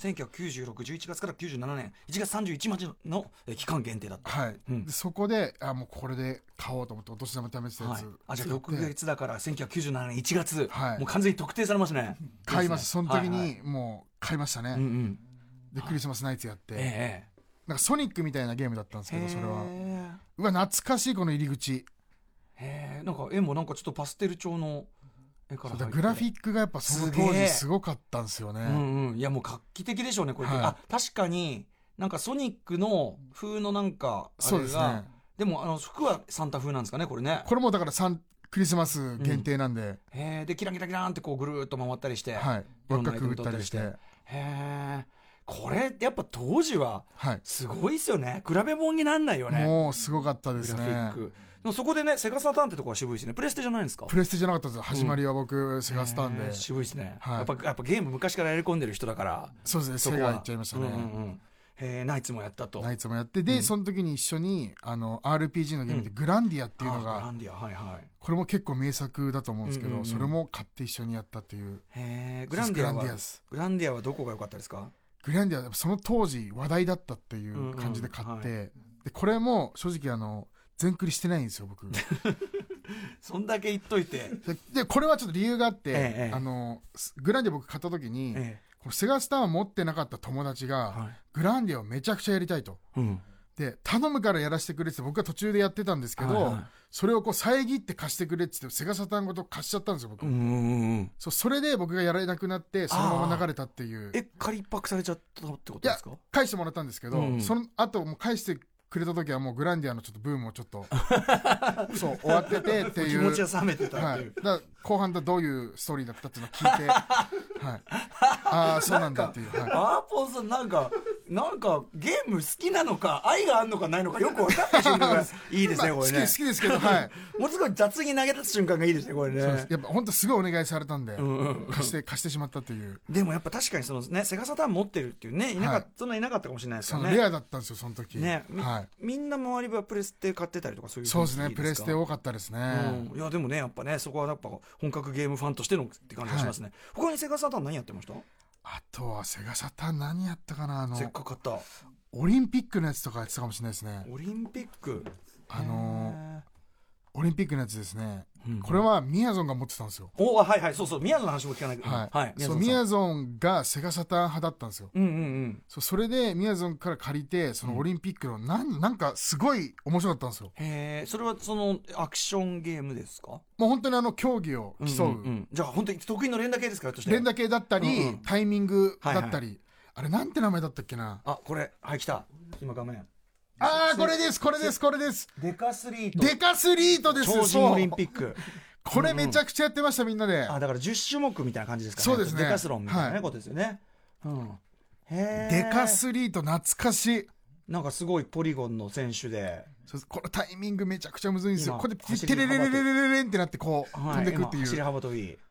1996、11月から97年1月31日の期間限定だった。 でそこでもうこれで買おうと思ってお年玉貯めてたやつ、 じゃあ6月だから1997年1月、もう完全に特定されますね。 買います、その時にもう買いましたね。でクリスマスナイツやって、なんかソニックみたいなゲームだったんですけど、それは懐かしいこの入り口。 なんか絵もなんかちょっとパステル調の絵から入って、 グラフィックがやっぱその当時すごかったんですよね。 いやもう画期的でしょうねこれ。確かになんかソニックの風のなんかあれが、そうですね。でも服はサンタ風なんですかねこれね。 これもだからクリスマス限定なんで、 でキラキラキラーンってこうぐるーっと回ったりして、 輪っかくぐったりして、 これやっぱ当時はすごいですよね。比べ物になんないよね。 もうすごかったですね。 グラフィック。でもそこでねセガサターンってとこは渋いですね。プレステじゃないんですか？ プレステじゃなかったです。始まりは僕セガサターンで。 渋いですね。やっぱゲーム昔からやり込んでる人だから。 そうですね。セガ行っちゃいましたね。 ナイツもやったと。 ナイツもやって、でその時に一緒にRPG のゲームでグランディアっていうのが、 グランディア、 これも結構名作だと思うんですけど、それも買って一緒にやったっていう。 グランディアはどこが良かったですか？ グランディアはその当時話題だったっていう感じで買って、でこれも正直全クリしてないんですよ僕。 そんだけ言っといて。 でこれはちょっと理由があって、グランディア僕買った時に、このセガスターンを持ってなかった友達が、グランディアをめちゃくちゃやりたいと、で頼むからやらせてくれって僕は途中でやってたんですけど、それをこう遮って貸してくれって言ってセガサターンごと貸しちゃったんですよ僕。それで僕がやられなくなってそのまま流れたっていう。 仮パクされちゃったってことですか？いや返してもらったんですけど、その後もう返してくれた時はもうグランディアのちょっとブームもちょっとそう終わっててっていう気持ちは冷めてたっていう、 だから後半どういうストーリーだったっていうのを聞いてああそうなんだっていう、 アーポンさんなんかゲーム好きなのか愛があるのかないのかよく分かった瞬間がいいですねこれね。 好きですけど、 もうすごい雑に投げ出す瞬間がいいですねこれね。 やっぱ本当すごいお願いされたんで、貸してしまったという。 でもやっぱ確かにそのねセガサターン持ってるっていうねそんないなかったかもしれないですからね。 レアだったんですよその時ね。 みんな周りはプレステ買ってたりとかそういう。 そうですね、プレステ多かったですね。 いやでもねやっぱねそこはやっぱ本格ゲームファンとしてのって感じがしますね。他にセガサターン何やってました？ あとはセガサターン何やったかな。 せっかく買ったオリンピックのやつとかやってたかもしれないですね。 オリンピックオリンピックのやつですね、 うん、 これはみやぞんが持ってたんですよ。 はいはい、そうそう、みやぞんの話も聞かないけど、 はい、はい、そう、みやぞんがセガサターン派だったんですよ。 うんうんうん、 それでみやぞんから借りて、そのオリンピックのなんかすごい面白かったんですよ。 へえ、それはそのアクションゲームですか？ もう本当に競技を競う、 うんうんうん、じゃあ本当に得意の連打系ですか？ 連打系だったり、 うんうん、 タイミングだったり、 はいはい、 あれなんて名前だったっけな。 あ、これはい、来た、今画面、 これですデカスリートです。 超人オリンピックこれめちゃくちゃやってました、みんなで。 だから10種目みたいな感じですかね。 そうですね、 デカスロンみたいな、ことですよね、うん、 へデカスリート懐かしい。 なんかすごいポリゴンの選手で、 このタイミングめちゃくちゃむずいんですよ。これでテレレレレレレレンってなってこう飛んでくっていう、 走り幅跳び。へ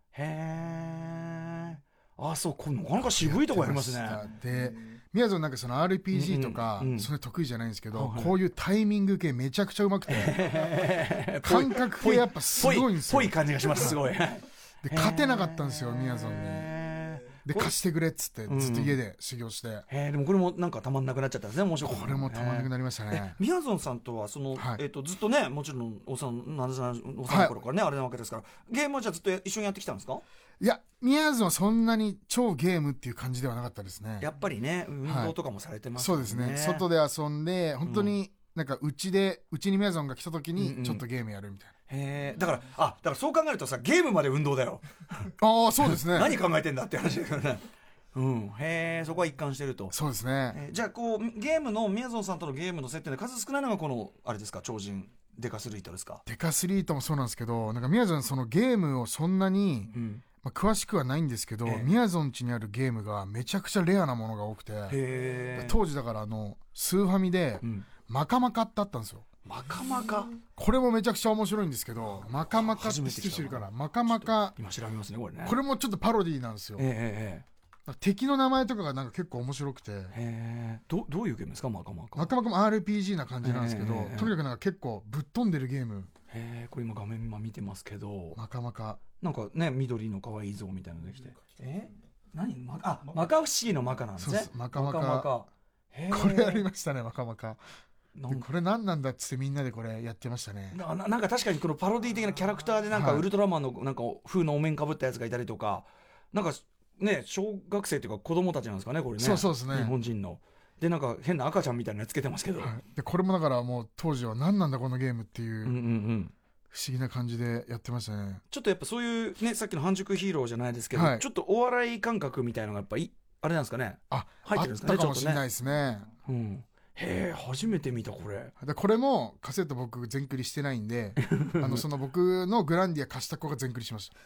え、そう、これなかなか渋いとこありますね。 でみやぞんなんかその RPG とか、それ得意じゃないんですけど、こういうタイミング系めちゃくちゃうまくて感覚系やっぱすごいんですよ。 ぽい感じがします。すごい。 で勝てなかったんですよ、みやぞんに。で貸してくれっつってずっと家で修行して、 でもこれもなんかたまんなくなっちゃったんですね。面白い。 これもたまんなくなりましたね。 みやぞんさんとはその、ずっとね、もちろん幼い頃からね、あれなわけですから、ゲームはじゃあずっと一緒にやってきたんですか？ いや、みやぞんはそんなに超ゲームっていう感じではなかったですね。 やっぱりね、運動とかもされてますもんね。そうですね、外で遊んで本当になんかうちにみやぞんが来た時にちょっとゲームやるみたいな。 だからそう考えるとさ、ゲームまで運動だよ。 そうですね。 何考えてんだって話だからね。そこは一貫してると。 そうですね。 じゃあこうゲームのみやぞんさんとのゲームの接点で数少ないのがこのあれですか、超人デカスリートですか？ デカスリートもそうなんですけど、なんかみやぞんそのゲームをそんなに、詳しくはないんですけど、みやぞん家にあるゲームがめちゃくちゃレアなものが多くて、当時だからスーファミで、マカマカってあったんですよ。 マカマカ、 これもめちゃくちゃ面白いんですけど、マカマカって知るから、マカマカ今調べますね、これね。 これもちょっとパロディーなんですよ。敵の名前とかがなんか結構面白くて。 どういうゲームですか、マカマカ？ マカマカも RPG な感じなんですけど、とにかくなんか結構ぶっ飛んでるゲーム。 これ今画面見てますけど、 マカマカなんかね、緑の可愛い像みたいなのできて、何マカ不思議のマカなんですね。 そうです、マカマカ。これやりましたね、マカマカ。これ何なんだっつってみんなでこれやってましたね。 なんか確かにこのパロディ的なキャラクターでなんかウルトラマンのなんか風のお面かぶったやつがいたりとか、なんかね、小学生っていうか子供たちなんですかね、これね。 そうですね、 日本人の。でなんか変な赤ちゃんみたいなのつけてますけど、 でこれもだからもう当時は何なんだこのゲームっていう、不思議な感じでやってましたね。 ちょっとやっぱそういうね、さっきの半熟ヒーローじゃないですけど、ちょっとお笑い感覚みたいなのがやっぱあれなんですかね、入ってるんですかね。 あったかもしれないですね。 初めて見たこれ。 これもカセット僕全クリしてないんでその僕のグランディア貸した子が全クリしました。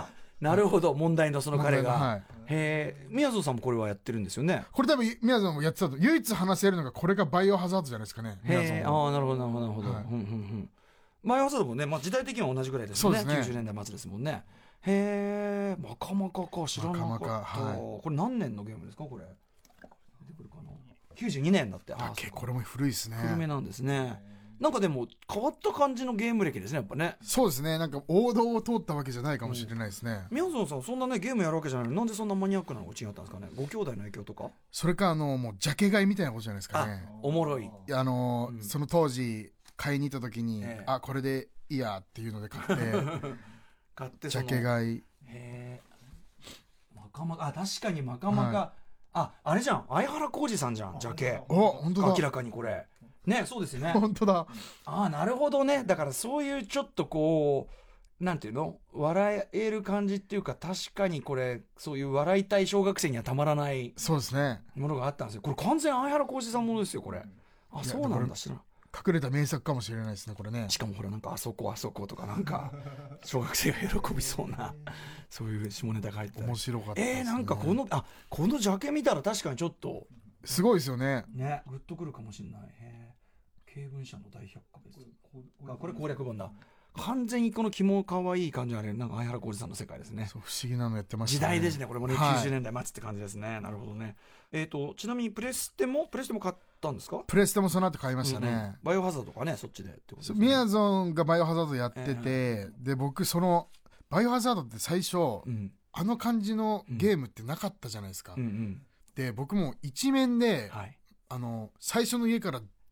なるほど、問題のその彼が。みやぞんさんもこれはやってるんですよね。 これ多分みやぞんもやってたと。唯一話せるのがこれがバイオハザードじゃないですかね。 なるほどなるほど。バイオハザードもね、時代的には同じぐらいですよね。90年代末ですもんね。マカマカか、知らなかった。これ何年のゲームですか、これ。出てくるかな。92年だって。 結構これも古いですね。 古めなんですね。なんかでも変わった感じのゲーム歴ですね、やっぱね。 そうですね、なんか王道を通ったわけじゃないかもしれないですね。 みやぞんさんそんなねゲームやるわけじゃないのに、なんでそんなマニアックなのが違ったんですかね。ご兄弟の影響とか。 それかもうジャケ買いみたいなことじゃないですかね。 おもろい。 その当時買いに行った時に、これでいいやっていうので買ってジャケ買い。 マカマカ、確かにマカマカ、あれじゃん、相原浩二さんじゃん、ジャケ。 本当だ。 明らかにこれね、そうですよね。 本当だ。 なるほどね。だからそういうちょっとこうなんていうの、笑える感じっていうか、確かにこれそういう笑いたい小学生にはたまらないそうですねものがあったんですよ。これ完全相原浩二さんものですよ、これ。そうなんだ。 隠れた名作かもしれないですね、これね。 しかもほら、なんかあそことかなんか小学生が喜びそうなそういう下ネタ書いてた。 面白かったですね。 なんかこのジャケ見たら確かにちょっとすごいですよね。 グッとくるかもしれない。経文社の大百科です。これ攻略本だ。完全にこの肝可愛い感じはね、なんか相原浩二さんの世界ですね。 そう、不思議なのやってましたね。 時代ですね、これもね、90年代末って感じですね。なるほどね。ちなみにプレステも買ったんですか？ プレステもその後買いましたね。 バイオハザードとかね、そっちでってことですね。 みやぞんがバイオハザードやってて、で僕そのバイオハザードって最初、あの感じのゲームってなかったじゃないですか。で僕も一面で、最初の家から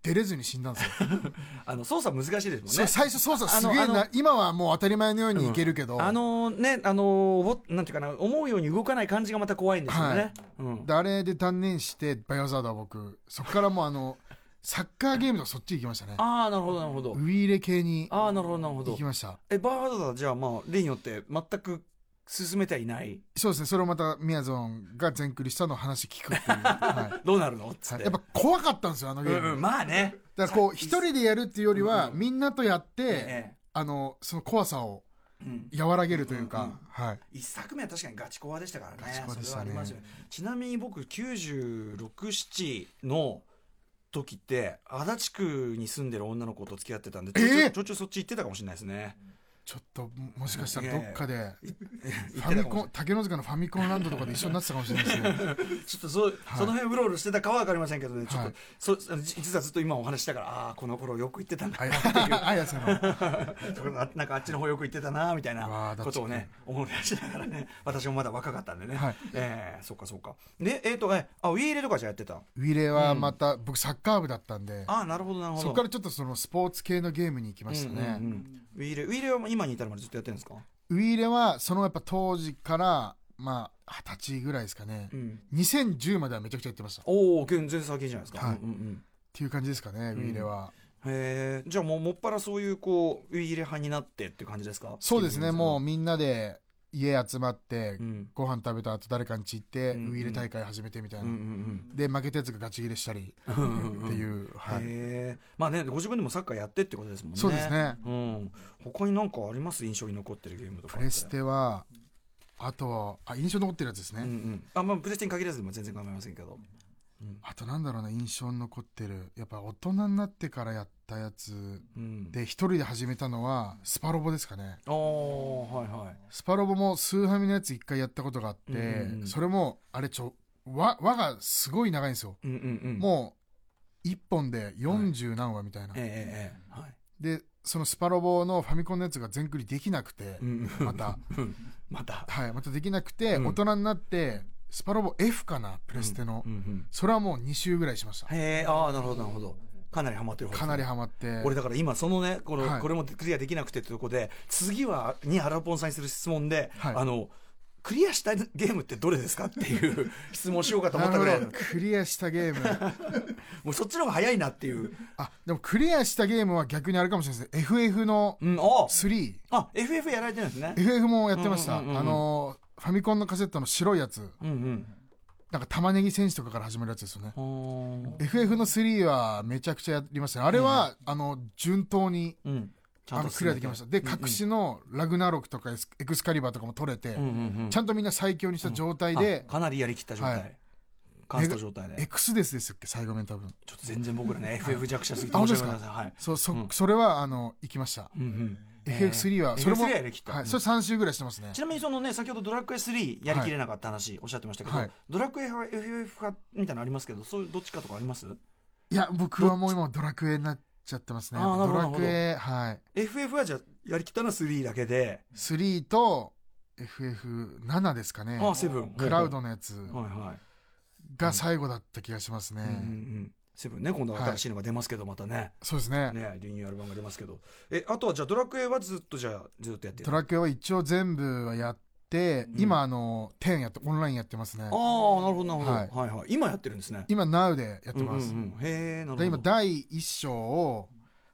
出れずに死んだんですよ操作難しいですもんね。 最初操作すげえな、今はもう当たり前のようにいけるけど、 なんていうかな、思うように動かない感じがまた怖いんですよね。 であれで断念してバイオハザードは僕そこからもうサッカーゲームとかそっち行きましたね。 ああ、なるほどなるほど。 ウィーレ系になるほどなるほど行きました。 バイオハザードはじゃあ例によって全く進めてはいない。 そうですね。それをまたみやぞんが全クリしたの話聞くっていう、はい、 どうなるのっつって、 やっぱ怖かったんですよ、あのゲーム。 まあね。 だからこう一人でやるっていうよりは、みんなとやって、その怖さを和らげるというか、はい、 一作目は確かにガチコアでしたからね。 ガチコアでしたね。 それはありますよね。ちなみに僕96、7の時って足立区に住んでる女の子と付き合ってたんで、ちょそっち行ってたかもしれないですね。 ちょっともしかしたらどっかでファミコン、竹の塚のファミコンランドとかで一緒になってたかもしれないですねちょっとその辺うろうろしてたかは分かりませんけどね、ちょっと、実はずっと今お話したからこの頃よく行ってたんだなっていうなんかあっちの方よく行ってたなみたいなことをね思い出しながらね、私もまだ若かったんでね、そうかでウィーレとかじゃやってた。 ウィーレはまた、僕サッカー部だったんで、 なるほどなるほど、 そこからちょっとそのスポーツ系のゲームに行きましたね。 ウィーレは今に至るまでずっとやってるんですか。 ウィーレはそのやっぱ当時から20歳ぐらいですかね、2010まではめちゃくちゃやってました。 全然先じゃないですか、 っていう感じですかね、ウィーレは。 じゃあもっぱらそういうこうウィーレ派になってっていう感じですか。 そうですね。もうみんなで家集まって、ご飯食べた後誰かに家行って、ウィーレ大会始めてみたいな、で負けたやつがガチ切れしたりっていう、 まあね、ご自分でもサッカーやってってことですもんね。 そうですね。 他に何かあります？印象に残ってるゲームとか。 プレステはあとは印象に残ってるやつですね。 プレステに限らずでも全然構いませんけど、 あとなんだろうな、印象に残ってる、やっぱ大人になってからやったやつで一人で始めたのはスパロボですかね。スパロボもスーファミのやつ一回やったことがあって、それもあれ輪がすごい長いんですよ。もう1本で40何話みたいな、でそのスパロボのファミコンのやつが全クリできなくて、またできなくて、大人になってスパロボ F かな、プレステの、それはもう2周ぐらいしました。 なるほどなるほど。かなりハマってる。 かなりハマって、 俺だから今そのねこれもクリアできなくてってとこで、次にアラポンさんにする質問で、クリアしたゲームってどれですかっていう質問しようかと思ったぐらいのクリアしたゲームもうそっちの方が早いなっていう。 でもクリアしたゲームは逆にあるかもしれないですね。 FF の3、 FF やられてるんですね。 FF もやってました。ファミコンのカセットの白いやつ、なんか玉ねぎ戦士とかから始まるやつですよね。FF の3はめちゃくちゃやりましたね。あれは、順当に、クリアできました。で、隠しのラグナロクとかエクスカリバーとかも取れて、ちゃんとみんな最強にした状態で、 かなりやりきった状態、カンスト状態で。 エクスデスですっけ、最後面多分。 ちょっと全然僕らね FF 弱者すぎて申し訳ございません。 それは行きました。FF3 はそれも、それ3周ぐらいしてますね。 ちなみにそのね、先ほどドラクエ3やりきれなかった話おっしゃってましたけど、ドラクエ派 FF 派みたいなのありますけど、そういうどっちかとかあります？ いや、僕はもう今ドラクエになっちゃってますね。ドラクエ、 FF はじゃあやりきったのは3だけで、 3と FF7 ですかね。 7 クラウドのやつが最後だった気がしますね。 7ね、今度は新しいのが出ますけど、またね。 そうですね。 リニューアル版が出ますけど、あとはじゃあドラクエはずっとやってる。 ドラクエは一応全部はやって、今10やってオンラインやってますね。なるほどなるほど。今やってるんですね。 今 Now でやってます。 へえ、なるほど。 今第1章を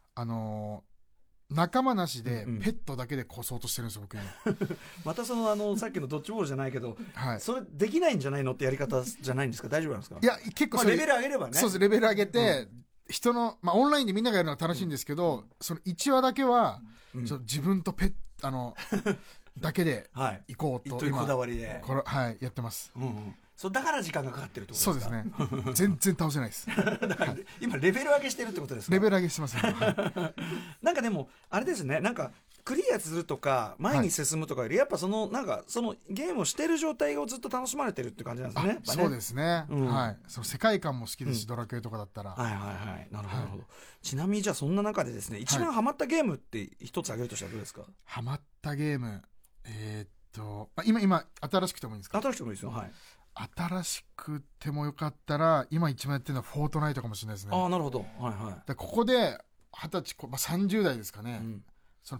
仲間なしでペットだけで越そうとしてるんですよ、僕今。 またそのさっきのドッジボールじゃないけど、それできないんじゃないのってやり方じゃないんですか？大丈夫なんですか？ いや、結構レベル上げればね。 そうです、レベル上げて、人のオンラインでみんながやるのは楽しいんですけど、その1話だけは自分とだけで行こうと今こだわりでやってます。 だから時間がかかってるってことですか？ そうですね。全然倒せないです。だから今レベル上げしてるってことですか？ レベル上げしてますね。 なんかでもあれですね、なんかクリアするとか前に進むとかより、やっぱそのゲームをしてる状態をずっと楽しまれてるって感じなんですね。 そうですね。その世界観も好きですし、ドラクエとかだったら。 なるほど。ちなみにじゃあそんな中でですね、一番ハマったゲームって一つ挙げるとしたらどうですか？ ハマったゲーム、 今新しくてもいいんですか？ 新しくてもいいですよ。はい。 新しくてもよかったら今一番やってるのはフォートナイトかもしれないですね。 ああ、なるほど。はいはい。 でここで20歳、30代ですかね、その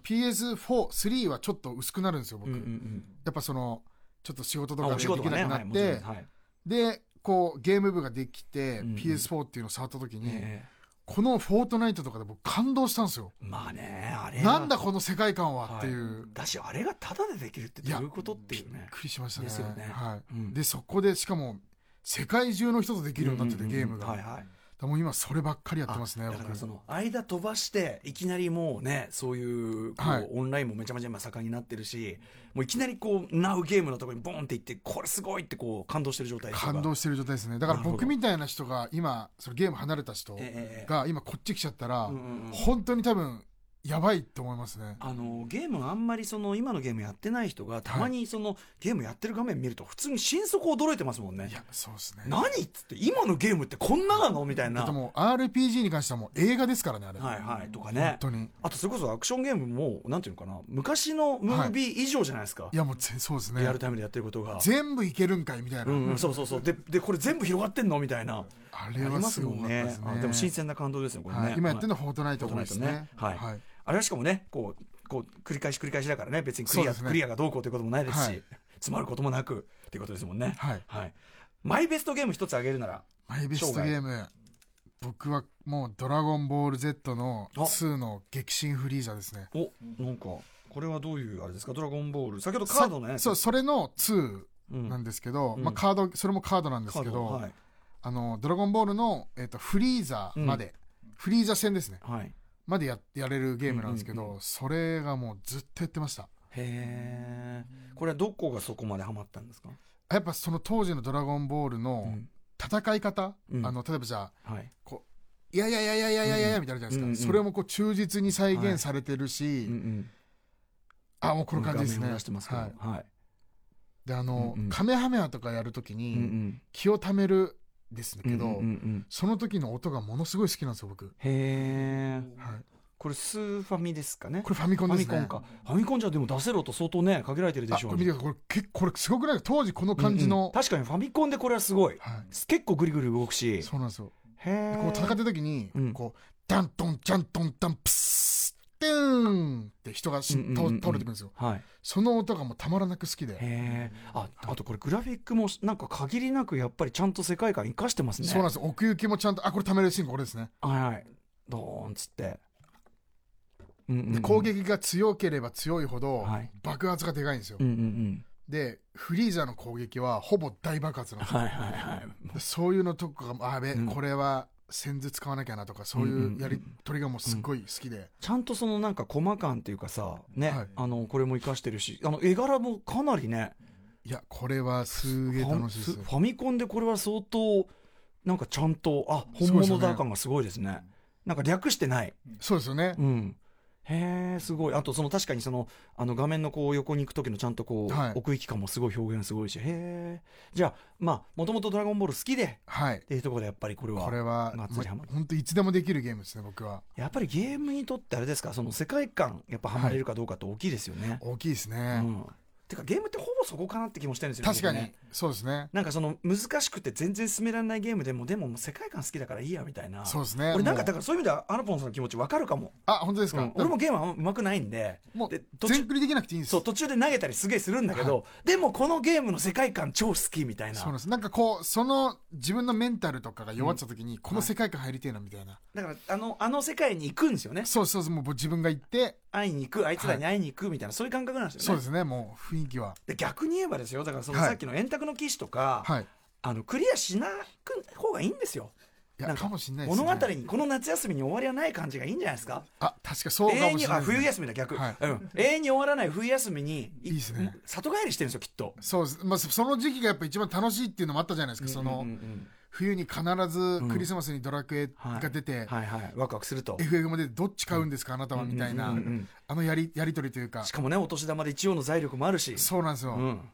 PS4、3はちょっと薄くなるんですよ僕、やっぱそのちょっと仕事とかでできなくなって、でこうゲーム部ができて、PS4 っていうのを触った時に、このフォートナイトとかで僕感動したんですよ。 まあね、あれなんだこの世界観はっていう、 だしあれがタダでできるってどういうことっていうね。 びっくりしましたね。 ですよね。 はい。でそこでしかも世界中の人とできるようになってて、ゲームが。もう今そればっかりやってますね。 だからその間飛ばしていきなりもうね、そういうオンラインもめちゃめちゃ今盛んになってるし、もういきなりこうナウゲームのところにボンっていってこれすごいってこう感動してる状態です。 感動してる状態ですね。だから僕みたいな人が今そのゲーム離れた人が今こっち来ちゃったら、本当に多分やばいと思いますね。 ゲームあんまりその今のゲームやってない人がたまにそのゲームやってる画面見ると普通に心底驚いてますもんね。 いやそうですね。 何っつって今のゲームってこんななのみたいな。 だってもう RPG に関してはもう映画ですからねあれ。 はいはいとかね。 本当に。 あとそれこそアクションゲームもなんていうのかな、昔のムービー以上じゃないですか。 いやもうそうですね。 リアルタイムでやってることが全部いけるんかいみたいな。 そうそうそう。でこれ全部広がってんのみたいな。 あれはすごかったですね。 でも新鮮な感動ですよこれね。 今やってるのはフォートナイトですね。 はい。あれはしかもねこう繰り返しだからね、別にクリアがどうこうということもないですし、詰まることもなくっていうことですもんね。はい。マイベストゲーム一つあげるなら。 マイベストゲーム、僕はもうドラゴンボール Z の2の激震フリーザですね。 なんかこれはどういうあれですか？ドラゴンボール先ほどカードのやつ。 それの2なんですけど、カードそれもカードなんですけど、ドラゴンボールのフリーザまで、フリーザ戦ですね。までやれるゲームなんですけど、それがもうずっとやってました。 へえ。これはどこがそこまでハマったんですか？ やっぱその当時のドラゴンボールの戦い方、例えばじゃあ、こういやみたいなじゃないですか。それもこう忠実に再現されてるし、もうこの感じですね。でカメハメハとかやるときに気をためるですけど、その時の音がものすごい好きなんですよ僕。 へえ。これスーファミですかね。 これファミコンですね。 ファミコンじゃでも出せる音相当ね限られてるでしょうね。 これすごくない？当時この感じの、 確かにファミコンでこれはすごい、結構グリグリ動くし。 そうなんですよ。へえ。こう戦ってる時に、こうダントンジャントンダンプステーンって人が倒れてくるんですよ。その音がもうたまらなく好きで。 あとこれグラフィックもなんか限りなくやっぱりちゃんと世界観生かしてますね。 そうなんです。奥行きもちゃんと、これためるシーンこれですね。 ドーンっつって。 で攻撃が強ければ強いほど爆発がでかいんですよ。でフリーザの攻撃はほぼ大爆発なんですよ。そういうのとかがこれは戦術使わなきゃなとか、そういうやり取りがもうすっごい好きで、 ちゃんとそのなんか細感っていうかさね、これも生かしてるし、絵柄もかなりね。 いやこれはすげえ楽しいです。 ファミコンでこれは相当なんかちゃんと本物だ感がすごいですね。なんか略してない。 そうですよね。 へえ、すごい。あと確かに画面のこう横に行く時のちゃんとこう、奥行き感もすごい表現すごいし、へえ。じゃあもともとドラゴンボール好きで、っていうところでやっぱりこれはがっつりハマる。本当いつでもできるゲームですね僕は。 やっぱりゲームにとってあれですか、その世界観やっぱハマれるかどうかって大きいですよね。 大きいですね。 てかゲームってほぼそこかなって気もしてるんですよね。 確かにそうですね。 なんか難しくて全然進められないゲームでももう世界観好きだからいいやみたいな。 そうですね。 俺なんかだからそういう意味ではアナポンさんの気持ち分かるかも。 本当ですか。 俺もゲームはうまくないんで、 もう全クリできなくていいんです。 そう途中で投げたりすげえするんだけど、でもこのゲームの世界観超好きみたいな。 そうなんです。なんかこうその自分のメンタルとかが弱っちゃった時に、この世界観入りてえなみたいな。 だからあの世界に行くんですよね。 そうもう自分が行って会いに行く、あいつらに会いに行くみたいな、そういう感覚なんですよね。 そうですね。もう雰囲気は。 で逆に言えばですよ、だからさっきの円卓の騎士とか、クリアしなく方がいいんですよ。 かもしれないですね。 物語にこの夏休みに終わりはない感じがいいんじゃないですか。 確かそうかもしれない。 冬休みだ逆、永遠に終わらない冬休みにいいですね。 里帰りしてるんですよきっと。 そうです。その時期がやっぱ一番楽しいっていうのもあったじゃないですか。冬に必ずクリスマスにドラクエが出て、 ワクワクすると FF も出て、どっち買うんですかあなたはみたいな、やり取りというか、 しかもねお年玉で一応の財力もあるし。 そうなんですよ。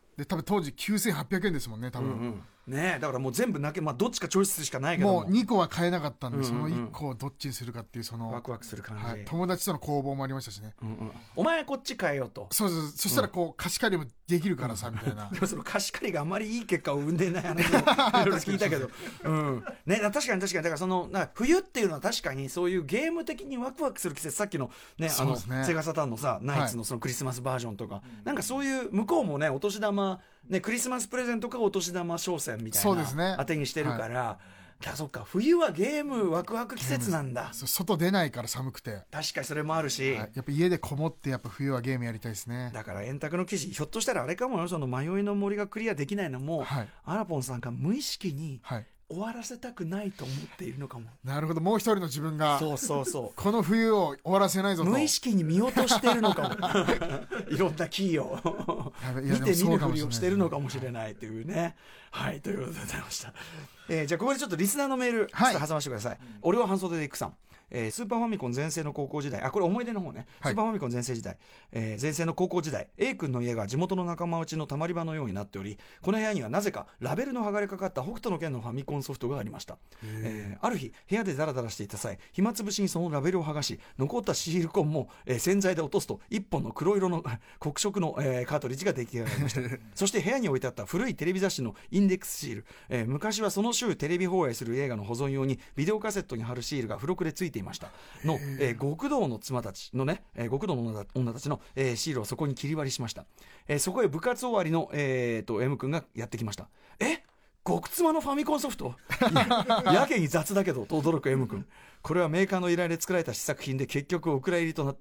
で多分当時9800円ですもんね多分、 うんうんね、だからもう全部まあ、どっちかチョイスするしかないけどもう2個は買えなかったんで、その1個をどっちにするかっていうそのワクワクする感じ、 はい、友達との攻防もありましたしね、 うんうん、お前こっち変えようとそうそしたらこう貸し借りもできるからさ、みたいなでもその貸し借りがあまりいい結果を生んでない話をいろいろ聞いたけど、うんね、確かにだからその冬っていうのは確かにそういうゲーム的にワクワクする季節、さっきのねセガサターンのさナイツのそのクリスマスバージョンとか、なんかそういう向こうもねお年玉ね、クリスマスプレゼントかお年玉商戦みたいな当てにしてるから、そっか冬はゲームワクワク季節なんだ。 外出ないから寒くて確かにそれもあるし、 やっぱ家でこもってやっぱ冬はゲームやりたいですね。 だから円卓の記事ひょっとしたらあれかもよ、その迷いの森がクリアできないのも、アラポンさんが無意識に、終わらせたくないと思っているのかも。なるほど、もう一人の自分がそうこの冬を終わらせないぞと無意識に見落としているのかもいろんなキーを見て見ぬふりをしているのかもしれないというね。はい、ということでございました。じゃあここでちょっとリスナーのメール、ちょっと挟ませてください。俺は半袖でいくさん、スーパーファミコン全盛の高校時代、これ思い出の方ね、スーパーファミコン全盛時代、全盛の高校時代、 A 君の家が地元の仲間内のたまり場のようになっており、この部屋にはなぜかラベルの剥がれかかった北斗の拳のファミコンソフトがありました。ある日部屋でダラダラしていた際、暇つぶしにそのラベルを剥がし、残ったシールコンも、洗剤で落とすと一本の黒色の黒色の、カートリッジが出来上がりましたそして部屋に置いてあった古いテレビ雑誌のインデックスシール、昔はその週テレビ放映する映画の保存用にビデオカセットに貼るシールが付録でついていましたの、極道の妻たちのね、極道の女たちの、シールをそこに切り割りしました。そこへ部活終わりの、M 君がやってきました。極妻のファミコンソフトやけに雑だけどと驚く M 君。これはメーカーの依頼で作られた試作品で結局お蔵入りとなった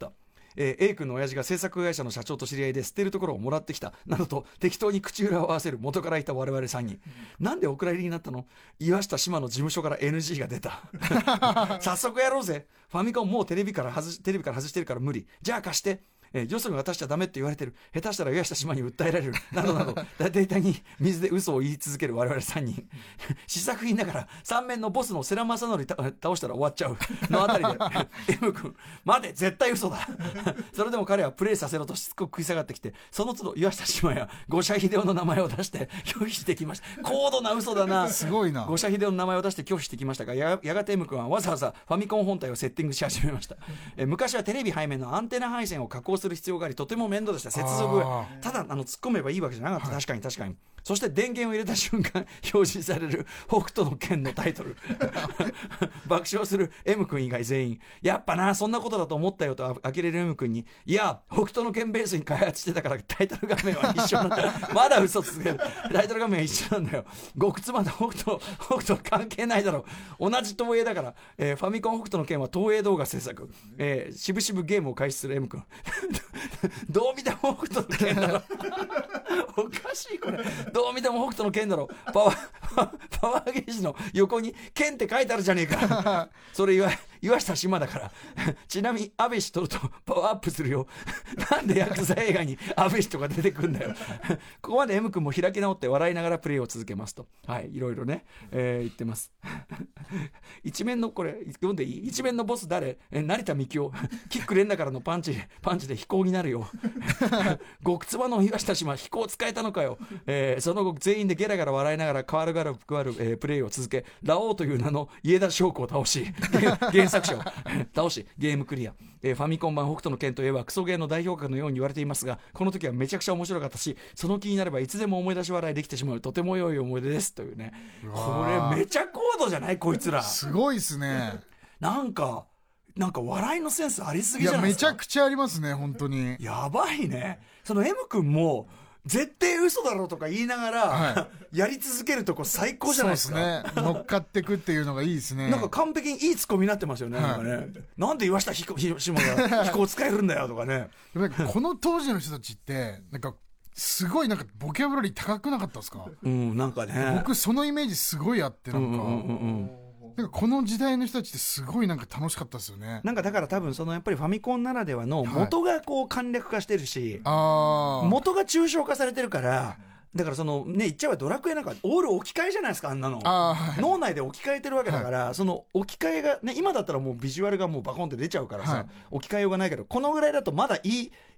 。A 君の親父が制作会社の社長と知り合いで捨てるところをもらってきたなどと適当に口裏を合わせる元からいた我々3人、なんでお蔵入りになったの。岩下志麻の事務所から NG が出た早速やろうぜ、ファミコンもうテレビから外してるから無理、じゃあ貸して、よそに渡しちゃダメって言われてる、下手したら岩下志麻に訴えられるなどなど大体に水で嘘を言い続ける我々3人試作品だから3面のボスの世良正則倒したら終わっちゃうのあたりでM 君待て絶対嘘だそれでも彼はプレイさせろとしつこく食い下がってきて、その都度岩下志麻や五社秀夫の名前を出して拒否してきました。高度な嘘だなすごいな。 五社秀夫の名前を出して拒否してきましたが、やがて M 君はわざわざファミコン本体をセッティングし始めました。昔はテレビ背面のアンテナ配線を加工する必要があり、とても面倒でした。接続ただ突っ込めばいいわけじゃなかった。確かにそして電源を入れた瞬間表示される北斗の拳のタイトル爆笑する M 君以外全員、やっぱなそんなことだと思ったよと呆れる M 君に、いや北斗の拳ベースに開発してたからタイトル画面は一緒なんだまだ嘘つける、タイトル画面は一緒なんだよ、極妻と北斗関係ないだろう、同じ東映だから、ファミコン北斗の拳は東映動画制作、渋々ゲームを開始する M 君どう見ても北斗の拳だろおかしいこれ、どう見ても北斗の拳だろ、パワーゲージの横に剣って書いてあるじゃねえかそれ岩下志麻だからちなみに安倍氏取るとパワーアップするよなんでヤクザ映画に安倍氏とか出てくんだよここまで M 君も開き直って笑いながらプレイを続けますと、はいいろいろね、言ってます一面のこれ読んでいい、一面のボス誰、成田幹夫キック連打からのパンチで飛行になるよ極妻の岩下志麻飛行使えたのかよ、その後全員でゲラゲラ笑いながら変わるプレイを続け、ラオウという名の家田翔子を倒し原作者を倒しゲームクリア。ファミコン版北斗の拳といえばクソゲーの代表格のように言われていますが、この時はめちゃくちゃ面白かったし、その気になればいつでも思い出し笑いできてしまうとても良い思い出ですというね。これめちゃ高度じゃないこいつら、 すごいっすねなんか笑いのセンスありすぎじゃないですか。 いやめちゃくちゃありますね本当に。 やばいね。その M 君も絶対嘘だろうとか言いながら、やり続けるとこ最高じゃないですか。 そうですね、乗っかってくっていうのがいいですね。 なんか完璧にいいツッコミになってますよね、なんかね。なんで岩下志麻が飛行使えるんだよとかねこの当時の人たちってなんかすごいなんかボキャブラリー高くなかったですか。 なんかね僕そのイメージすごいあって、なんかこの時代の人たちってすごいなんか楽しかったですよね。 なんかだから多分そのやっぱりファミコンならではの元がこう簡略化してるし、元が抽象化されてるから、だからそのね言っちゃえばドラクエなんかオール置き換えじゃないですか、あんなの脳内で置き換えてるわけだから、その置き換えがね今だったらもうビジュアルがもうバコンって出ちゃうからさ、置き換えようがないけど、このぐらいだとまだい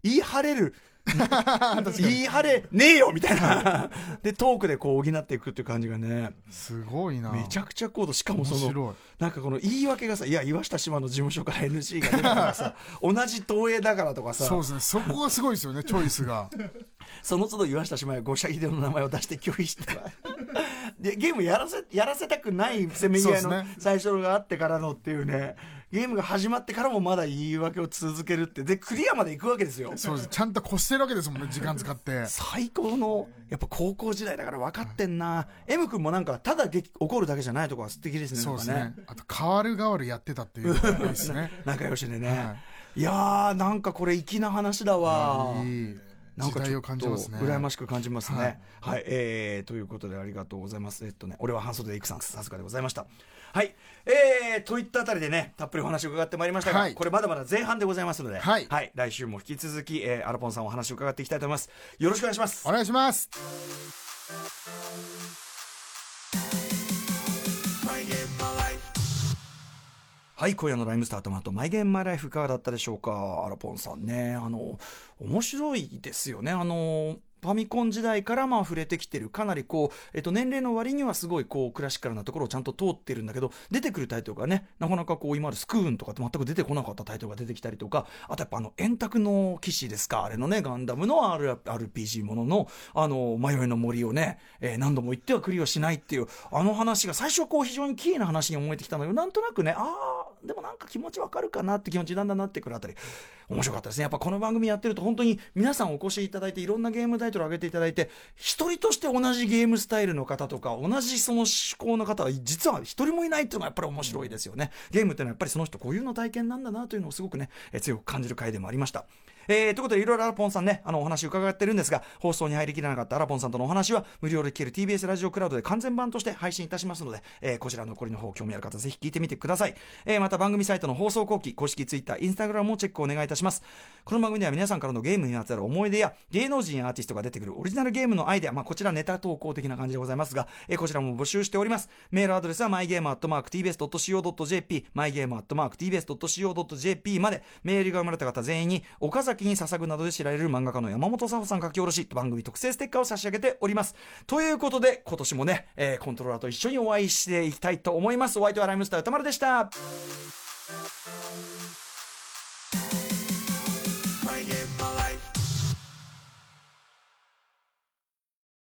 言い張れる言い張れねえよみたいなでトークでこう補っていくっていう感じがね、 すごいな。 めちゃくちゃ高度。しかもそのなんかこの言い訳がさ、いや岩下志麻の事務所から NG が出たからさ同じ東映だからとかさ、 そうですね、そこがすごいですよねチョイスがその都度岩下志麻や五社秀夫の名前を出して拒否してでゲームやらせたくないせめぎ合いの最初があってからのっていうね、ゲームが始まってからもまだ言い訳を続けるって、でクリアまで行くわけですよ。 そうです、ちゃんと越してるわけですもんね、時間使って最高のやっぱ高校時代だから分かってんな、M 君もなんかただ怒るだけじゃないとこは素敵ですね。 そうですね、 あと変わる変わるやってたっていうのがいいですね仲良しでね、いやーなんかこれ粋な話だわ。なんかちょっと羨ましく感じますね。はい、ということでありがとうございます。俺は半袖でいくさん、さすがでございました。はい、といったあたりでね、たっぷりお話を伺ってまいりましたが、これまだまだ前半でございますので、はい、来週も引き続き、アラポンさんお話を伺っていきたいと思います。よろしくお願いします。 お願いします。 はい、今夜のライムスターとまとマイゲームマイライフいかがだったでしょうか。アラポンさんね、面白いですよね。ファミコン時代から触れてきてる、かなりこう、年齢の割にはすごいこうクラシカルなところをちゃんと通ってるんだけど、出てくるタイトルがね、なかなかこう今までスクーンとかって全く出てこなかったタイトルが出てきたりとか、あとやっぱ円卓の騎士ですか、あれのね、ガンダムの RPG ものの迷いの森をね、何度も言ってはクリアしないっていう話が最初はこう非常にキーな話に思えてきたのよ。なんとなくね、でもなんか気持ちわかるかなって気持ちだんだんなってくるあたり面白かったですね。やっぱこの番組やってると本当に皆さんお越しいただいて、いろんなゲームタイトルを上げていただいて、一人として同じゲームスタイルの方とか同じその思考の方は実は一人もいないっていうのがやっぱり面白いですよね。ゲームっていうのはやっぱりその人固有の体験なんだなというのをすごくね、強く感じる回でもありました。ということでいろいろアラポンさんね、お話伺ってるんですが、放送に入りきらなかったアラポンさんとのお話は無料で聞ける TBS ラジオクラウドで完全版として配信いたしますので、こちらの残りの方興味ある方ぜひ聞いてみてください。また番組サイトの放送後期公式 Twitter、Instagram もチェックお願いいたします。この番組では皆さんからのゲームにまつわる思い出や芸能人やアーティストが出てくるオリジナルゲームのアイデア、こちらネタ投稿的な感じでございますが、こちらも募集しております。メールアドレスは mygame@tbs.co.jp mygame@tbs.co.jp まで。メールが生まれた方全員に岡崎に捧ぐなどで知られる漫画家の山本佐穂さん書き下ろし番組特製ステッカーを差し上げております。ということで今年もね、コントローラーと一緒にお会いしていきたいと思います。お相手はライムスター歌丸でした。